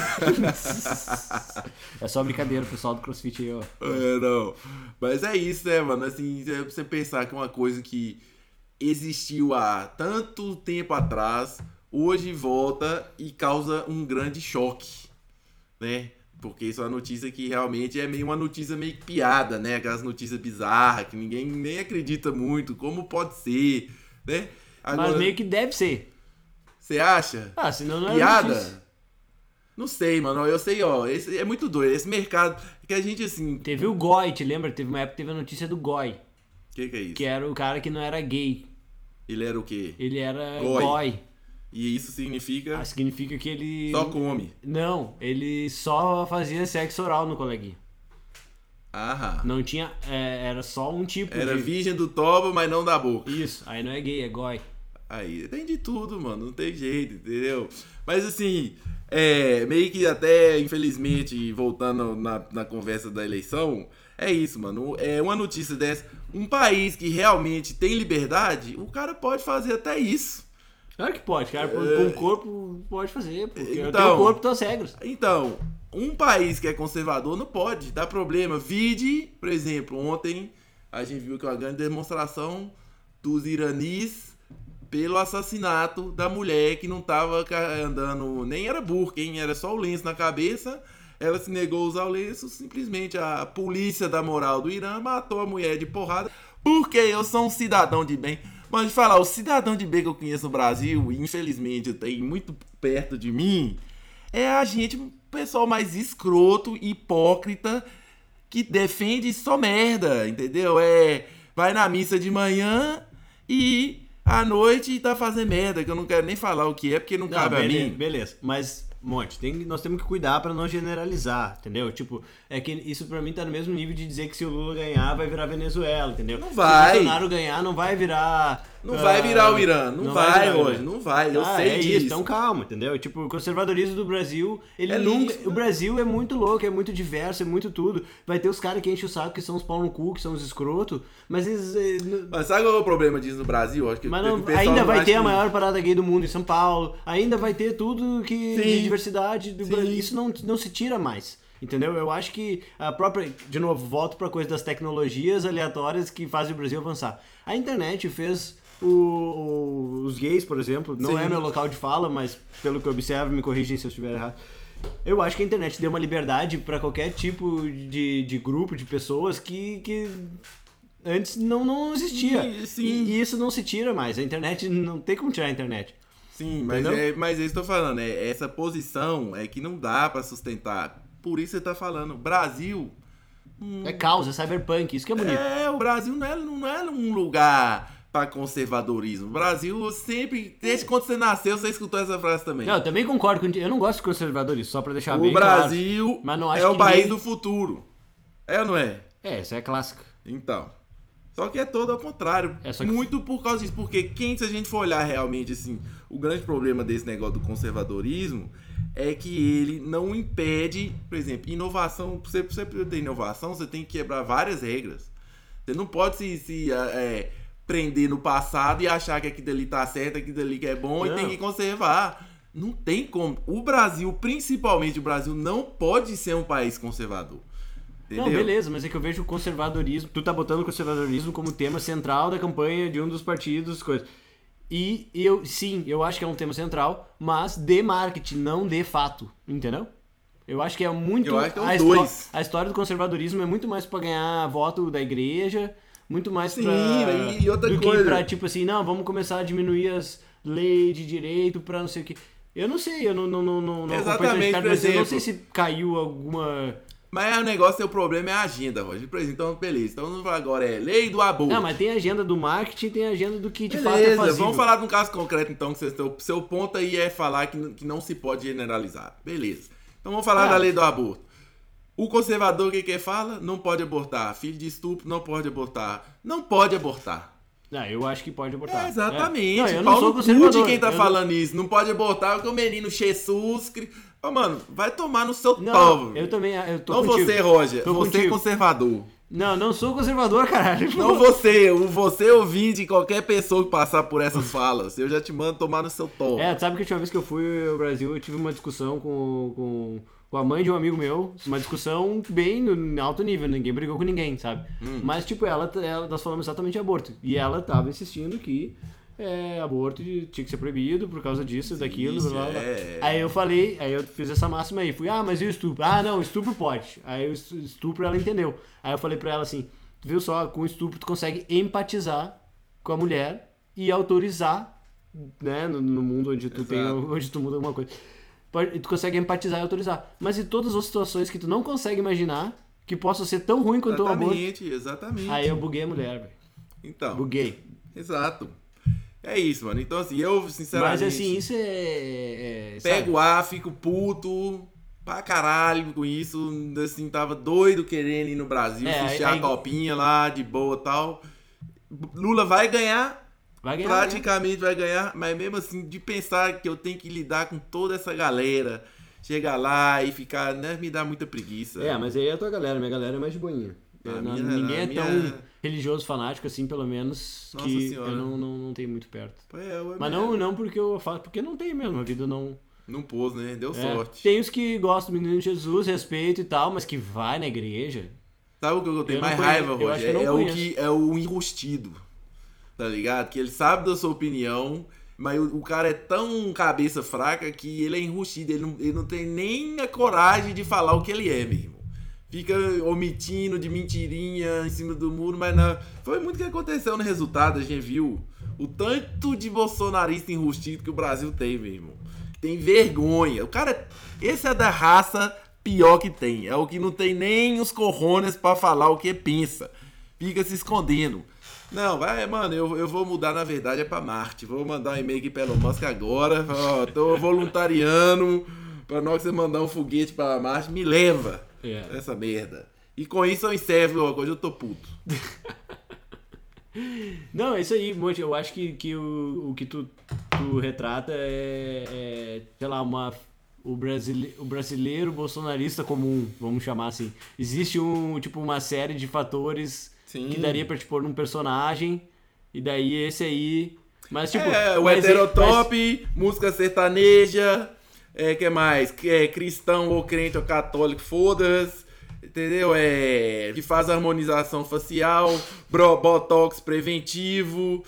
É só brincadeira, pessoal do CrossFit aí, ó. É, não. Mas é isso, né, mano? Assim, é pra você pensar que uma coisa que existiu há tanto tempo atrás, hoje volta e causa um grande choque, né? Porque isso é uma notícia que realmente é meio uma notícia meio que piada, né? Aquelas notícias bizarras que ninguém nem acredita muito, como pode ser, né? Agora, Mas meio que deve ser. você acha? Ah, senão não é Piada? notícia. Não sei, mano. Eu sei, ó. Esse é muito doido. Esse mercado que a gente, assim... Teve o Goi, te lembra? Teve uma época que teve a notícia do Goi, O que que é isso? que era o cara que não era gay. Ele era o quê? Ele era Goi. Goi. E isso significa... Ah, significa que ele... Só come. Não, ele só fazia sexo oral no coleguinha. Aham. Não tinha... é, era só um tipo Era de... virgem do toba, mas não da boca. Isso, aí não é gay, é Goi. Aí, tem de tudo, mano. Não tem jeito, entendeu? Mas assim, é, meio que até, infelizmente, voltando na, na conversa da eleição, é isso, mano. É uma notícia dessa. Um país que realmente tem liberdade, o cara pode fazer até isso. Claro que pode, cara. Com com o corpo pode fazer, porque eu Então- tenho o corpo, tem as regras. Então, um país que é conservador não pode, dá problema. Vide, por exemplo, ontem a gente viu que uma grande demonstração dos iranis pelo assassinato da mulher que não tava ca- andando, nem era burca, hein? Era só o lenço na cabeça. Ela se negou a usar o lenço, simplesmente a polícia da moral do Irã matou a mulher de porrada, porque eu sou um cidadão de bem. Mas de falar, o cidadão de bem que eu conheço no Brasil, e infelizmente tem muito perto de mim, é a gente, o pessoal mais escroto, hipócrita, que defende só merda, entendeu? É, vai na missa de manhã e à noite tá fazendo merda, que eu não quero nem falar o que é, porque não, Não, cabe beleza, a mim. beleza. Mas Monte, tem, nós temos que cuidar pra não generalizar, entendeu? Tipo, é que isso pra mim tá no mesmo nível de dizer que se o Lula ganhar, vai virar Venezuela, entendeu? Não vai. Se o Bolsonaro ganhar, não vai virar... Não uh, vai virar o Irã, não, não vai, virar, hoje, não vai, eu ah, sei é disso. Isso, então calma, entendeu? Tipo, o conservadorismo do Brasil, ele é nunca... isso, o Brasil é muito louco, é muito diverso, é muito tudo. Vai ter os caras que enchem o saco, que são os pau no cu, que são os escrotos, mas eles... Mas sabe qual é o problema disso no Brasil? Acho que mas não, não, ainda não vai ter que... a maior parada gay do mundo em São Paulo, ainda vai ter tudo que Sim. de diversidade do Sim. Brasil. Isso não, não se tira mais. Entendeu? Eu acho que a própria... De novo, volto pra coisa das tecnologias aleatórias que fazem o Brasil avançar. A internet fez o, o, os gays, por exemplo, não Sim. é meu local de fala, mas pelo que eu observo, me corrigem se eu estiver errado. Eu acho que a internet deu uma liberdade pra qualquer tipo de, de grupo, de pessoas que... que antes não, não existia. Sim, sim. E, e isso não se tira mais. A internet, não tem como tirar a internet. Sim, mas é, mas é isso que eu tô falando. É, essa posição é que não dá pra sustentar. Por isso você tá falando, Brasil... Hum, É caos, é cyberpunk, isso que é bonito. É, o Brasil não é, não é um lugar pra conservadorismo. O Brasil sempre... Desde quando você nasceu, você escutou essa frase também. Não, eu também concordo com eu não gosto de conservadorismo, só pra deixar o bem Brasil claro. Mas não acho é o que país ninguém... do futuro. É ou não é? É, isso é clássico. Então... Só que é todo ao contrário. É, só que... Muito por causa disso. Porque quem, se a gente for olhar realmente, assim, o grande problema desse negócio do conservadorismo é que ele não impede, por exemplo, inovação. Pra você, pra você ter inovação, você tem que quebrar várias regras. Você não pode se, se é, prender no passado e achar que aquilo ali tá certo, aquilo ali que é bom não. E tem que conservar. Não tem como. O Brasil, principalmente o Brasil, não pode ser um país conservador. Entendeu? Não, beleza, mas é que eu vejo o conservadorismo... Tu tá botando o conservadorismo como tema central da campanha de um dos partidos, coisas. E eu, sim, eu acho que é um tema central, mas de marketing, não de fato, entendeu? Eu acho que é muito... Eu acho que é a, os dois. histó- a história do conservadorismo é muito mais pra ganhar voto da igreja, muito mais Sim, pra... e outra do coisa. que pra, tipo assim, não, vamos começar a diminuir as leis de direito pra não sei o que... Eu não sei, eu não, não, não, não, não Exatamente, acompanho, por mas eu não exemplo. sei se caiu alguma... Mas o negócio, o problema é a agenda, Roger. Por exemplo, então, beleza. Então, vamos falar agora é lei do aborto. Não, mas tem a agenda do marketing, tem a agenda do que de beleza, fato é fazível. Vamos falar de um caso concreto, então, que você, seu, seu ponto aí é falar que, que não se pode generalizar. Beleza. Então, vamos falar Ah. da lei do aborto. O conservador, o que que fala? Não pode abortar. Filho de estupro, não pode abortar. Não pode abortar. Ah, eu acho que pode abortar. É, exatamente. É. Não, eu Pau não sou no cu conservador. de quem tá Eu falando isso. Não pode abortar porque o menino Jesus... cri- Ô, mano, vai tomar no seu Não, tovo. eu também, eu tô Não contigo. você, Roger. Tô você é contigo. conservador. Não, não sou conservador, caralho. Não você, o você ouvinte, qualquer pessoa que passar por essas falas, eu já te mando tomar no seu tovo. É, sabe que a última vez que eu fui ao Brasil, eu tive uma discussão com, com, com a mãe de um amigo meu, uma discussão bem no alto nível, ninguém brigou com ninguém, sabe? Hum. Mas, tipo, ela, ela, nós falamos exatamente de aborto, e ela tava insistindo que é, aborto tinha que ser proibido por causa disso, daquilo, isso, blá, blá, blá. é. Aí eu falei, aí eu fiz essa máxima aí, fui, ah, mas e o estupro? Ah, não, estupro pode. Aí o estupro ela entendeu. Aí eu falei pra ela assim, tu viu só, com o estupro tu consegue empatizar com a mulher e autorizar, né, no, no mundo onde tu Exato. tem, onde tu muda alguma coisa. Pode- Tu consegue empatizar e autorizar. Mas e todas as situações que tu não consegue imaginar que possam ser tão ruim quanto o aborto? Exatamente, exatamente. Aí eu buguei a mulher, velho. Então, Buguei. exato. É isso, mano. Então, assim, eu, sinceramente... Mas assim, isso é... é Pego sabe? A, fico puto pra caralho com isso. Assim, tava doido querendo ir no Brasil, É, assistir aí- a copinha lá, de boa e tal. Lula vai ganhar, Vai ganhar. praticamente vai ganhar, mas mesmo assim, de pensar que eu tenho que lidar com toda essa galera, chegar lá e ficar, né, me dá muita preguiça. É, mas aí é a tua galera, minha galera é mais de boinha. A Eu não- minha- ninguém a é minha- tão religioso, fanático assim, pelo menos, Nossa que Senhora. eu não, não, não tenho muito perto. É, eu- Mas não, não porque eu falo, porque não tem mesmo, a vida não... Não pôs, né? Deu é. sorte. Tem os que gostam do menino Jesus, respeito e tal, mas que vai na igreja. Sabe o que eu tenho Eu não mais conheço- raiva, eu acho Roger? que eu É não o conheço. que é o enrustido. Tá ligado? Que ele sabe da sua opinião, mas o, o cara é tão cabeça fraca que ele é enrustido. Ele não, ele não tem nem a coragem de falar o que ele é, mesmo. Fica omitindo de mentirinha em cima do muro, mas não. Foi muito o que aconteceu no resultado. A gente viu o tanto de bolsonarista enrustido que o Brasil tem, meu irmão. Tem vergonha. O cara, esse é da raça pior que tem. É o que não tem nem os cojones pra falar o que pensa. Fica se escondendo. Não, vai, mano, eu, eu vou mudar, na verdade, é pra Marte. Vou mandar um e-mail aqui pro Elon Musk agora. Ó, tô voluntariando Quando você mandar um foguete pra Marte, me leva É. essa merda. E com isso eu encerro, hoje eu tô puto. Não, é isso aí, Monte. Eu acho que, que o, o que tu, tu retrata é, é, sei lá, uma, o, brasile, o brasileiro bolsonarista comum, vamos chamar assim. Existe um, tipo, uma série de fatores Sim. que daria pra te pôr num personagem, e daí esse aí... Mas, tipo, É, o mas- heterotop, música sertaneja, é, que mais? Que é cristão ou crente ou católico, foda-se, entendeu? É, que faz harmonização facial, bro, botox preventivo,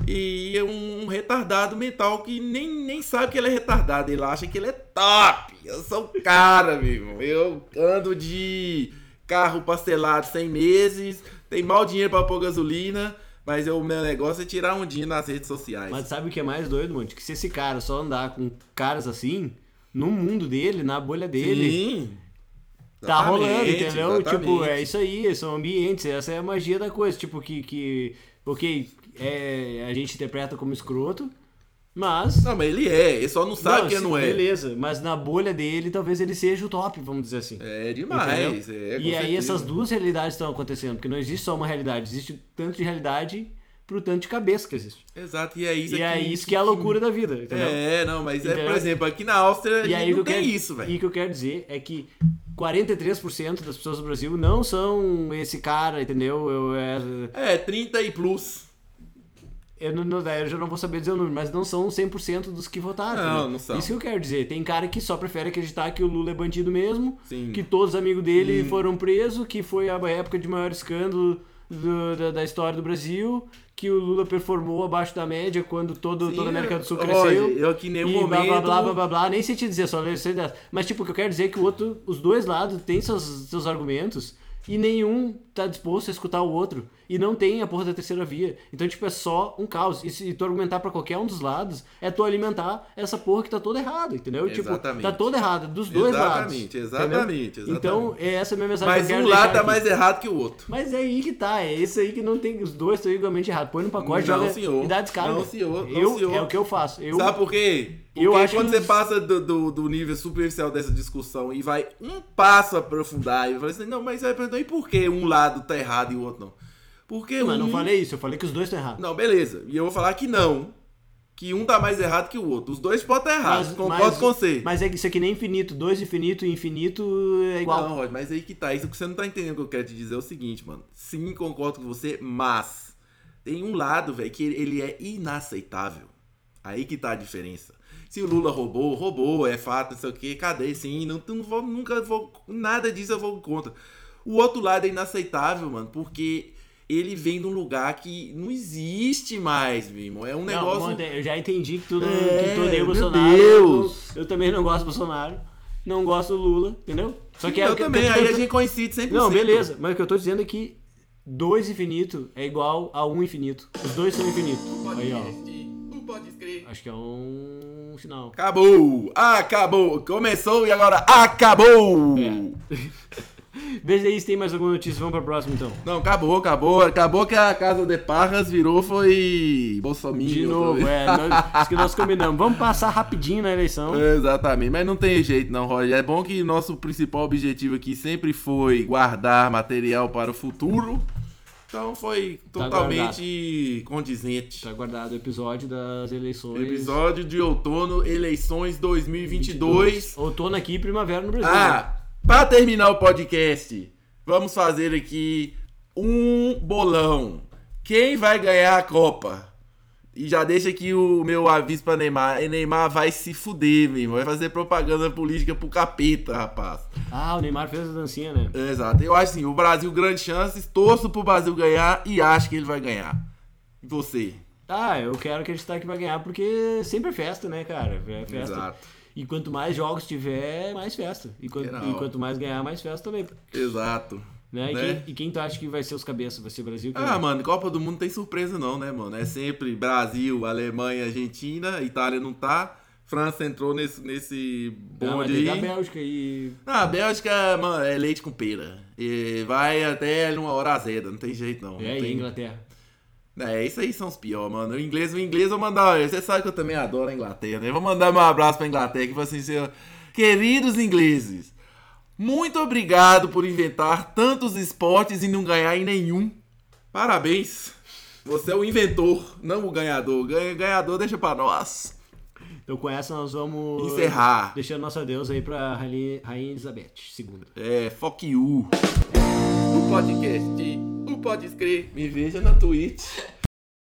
e é um retardado mental que nem, nem sabe que ele é retardado, ele acha que ele é top. Eu sou o cara, meu irmão. Eu ando de carro parcelado cem meses, tem mal dinheiro pra pôr gasolina, mas o meu negócio é tirar um dia nas redes sociais. Mas sabe o que é mais doido, Monte? Que se esse cara só andar com caras assim, no mundo dele, na bolha dele, Sim. tá rolando, Exatamente, entendeu? Tipo, exatamente. é isso aí, são ambientes, essa é a magia da coisa. Tipo, que, que ok, é, a gente interpreta como escroto, mas... Não, mas ele é, ele só não sabe que sim, não é. Beleza, mas na bolha dele, talvez ele seja o top, vamos dizer assim. É demais. Entendeu? É, com e aí certeza. essas duas realidades estão acontecendo, porque não existe só uma realidade, existe tanto de realidade pro tanto de cabeça que existe. Exato, e é isso E é aqui isso que é a loucura da vida, entendeu? É, não, mas é, Entendeu? por exemplo, aqui na Áustria a E gente aí o que não eu tem quero, isso, E velho. o que eu quero dizer é que quarenta e três por cento das pessoas do Brasil não são esse cara, entendeu? Eu, é, É, trinta e plus. eu, não, não- eu já não vou saber dizer o número, mas não são cem por cento dos que votaram. Não, entendeu? não são. Isso que eu quero dizer. Tem cara que só prefere acreditar que o Lula é bandido mesmo, Sim. que todos os amigos dele foram presos, que foi a época de maior escândalo do- da, da história do Brasil, que o Lula performou abaixo da média quando todo, Sim, toda a América do Sul Roger, cresceu. eu aqui em nenhum e blá, momento... blá, blá, blá, blá, blá, nem sei te dizer, só sei dessa. Mas, tipo, o que eu quero dizer é que o outro, os dois lados têm seus, seus argumentos e nenhum tá disposto a escutar o outro. E não tem a porra da terceira via. Então, tipo, é só um caos. E se tu argumentar pra qualquer um dos lados, é tu alimentar essa porra que tá toda errada, entendeu? Exatamente. Tipo, tá toda errada, dos dois lados. Exatamente, entendeu? exatamente, exatamente. Então, é essa a minha mensagem Mas que eu quero um lado deixar tá aqui. mais errado que o outro. Mas é aí que tá, é esse aí que não tem. Os dois estão igualmente errados. Põe no pacote, Não, joga senhor. e dá descarga. Não, senhor. Não, eu, senhor. É o que eu faço. Eu, Sabe por quê? Porque Eu acho quando que você os- passa do, do, do nível superficial dessa discussão e vai um passo aprofundar e fala assim, não, mas aí perguntou, e por que um lado tá errado e o outro não? Porque Mas um... não falei isso, eu falei que os dois estão errados. Não, beleza. E eu vou falar que não. Que um tá mais errado que o outro. Os dois podem estar errados. Concordo com você. Mas é que isso aqui nem infinito. Dois infinito e infinito é igual. Não, Rod, mas aí que tá. Isso que você não tá entendendo o que eu quero te dizer é o seguinte, mano. Sim, concordo com você, mas tem um lado, velho, que ele- ele é inaceitável. Aí que tá a diferença. Se o Lula roubou, roubou, é fato, não sei o que, cadê? Sim, não, não vou, nunca vou. Nada disso eu vou contra. O outro lado é inaceitável, mano, porque ele vem de um lugar que não existe mais, meu irmão. É um Não, negócio. Monte, eu já entendi que tu, não, É, que tu odeia o meu Bolsonaro. Deus. Eu, eu também não gosto do Bolsonaro. Não gosto do Lula, entendeu? Só que é eu o que- também, que eu tô aí a tentando- gente coincide cem por cento. Não, beleza. Mas o que eu tô dizendo é que dois infinito é igual a um infinito. Os dois são infinitos. Aí, ó. Não pode escrever. Acho que é um sinal. Acabou! Acabou! Começou e agora acabou! É. Veja aí se tem mais alguma notícia. Vamos pra próxima então. Não, acabou, acabou. Acabou que a Casa de Parras virou, foi Bolsonaro. De novo, é. Nós, isso que nós combinamos. Vamos passar rapidinho na eleição. Exatamente, mas não tem jeito não, Roger. É bom que nosso principal objetivo aqui sempre foi guardar material para o futuro. Então foi Tá totalmente condizente. Tá guardado o episódio das eleições. Episódio de outono, eleições dois mil e vinte e dois. Outono aqui e primavera no Brasil. Ah, para terminar o podcast, vamos fazer aqui um bolão. Quem vai ganhar a Copa? E já deixa aqui o meu aviso pra Neymar. E Neymar vai se fuder, meu irmão. Vai fazer propaganda política pro capeta, rapaz. Ah, o Neymar fez a dancinha, né? Exato. Eu acho assim, o Brasil, grandes chances. Torço pro Brasil ganhar e acho que ele vai ganhar. E você? Ah, eu quero acreditar que vai ganhar porque sempre é festa, né, cara? É festa. Exato. E quanto mais jogos tiver, mais festa. E quanto, Geral. e quanto mais ganhar, mais festa também. Exato. Né? E, Né? Quem, e quem tu acha que vai ser os cabeças? Vai ser o Brasil? Ah, mano, Copa do Mundo não tem surpresa não, né, mano? É sempre Brasil, Alemanha, Argentina, Itália não tá. França entrou nesse, nesse Não, mas bonde tem aí. a Bélgica e... Ah, a Bélgica, mano, é leite com pera. E vai até numa hora azeda, não tem jeito não. É, não e a tem... Inglaterra. É, isso aí são os piores, mano. O inglês, o inglês eu vou mandar. Você sabe que eu também adoro a Inglaterra, né? Eu vou mandar meu abraço pra Inglaterra, que foi assim, se eu- Queridos ingleses, muito obrigado por inventar tantos esportes e não ganhar em nenhum. Parabéns. Você é o inventor, não o ganhador. Ganha, ganhador deixa pra nós. Então com essa nós vamos encerrar. Deixando nosso adeus aí pra Rainha, Rainha Elizabeth segunda. É, fuck you. O podcast, o Pode Escrever. Me veja na Twitch.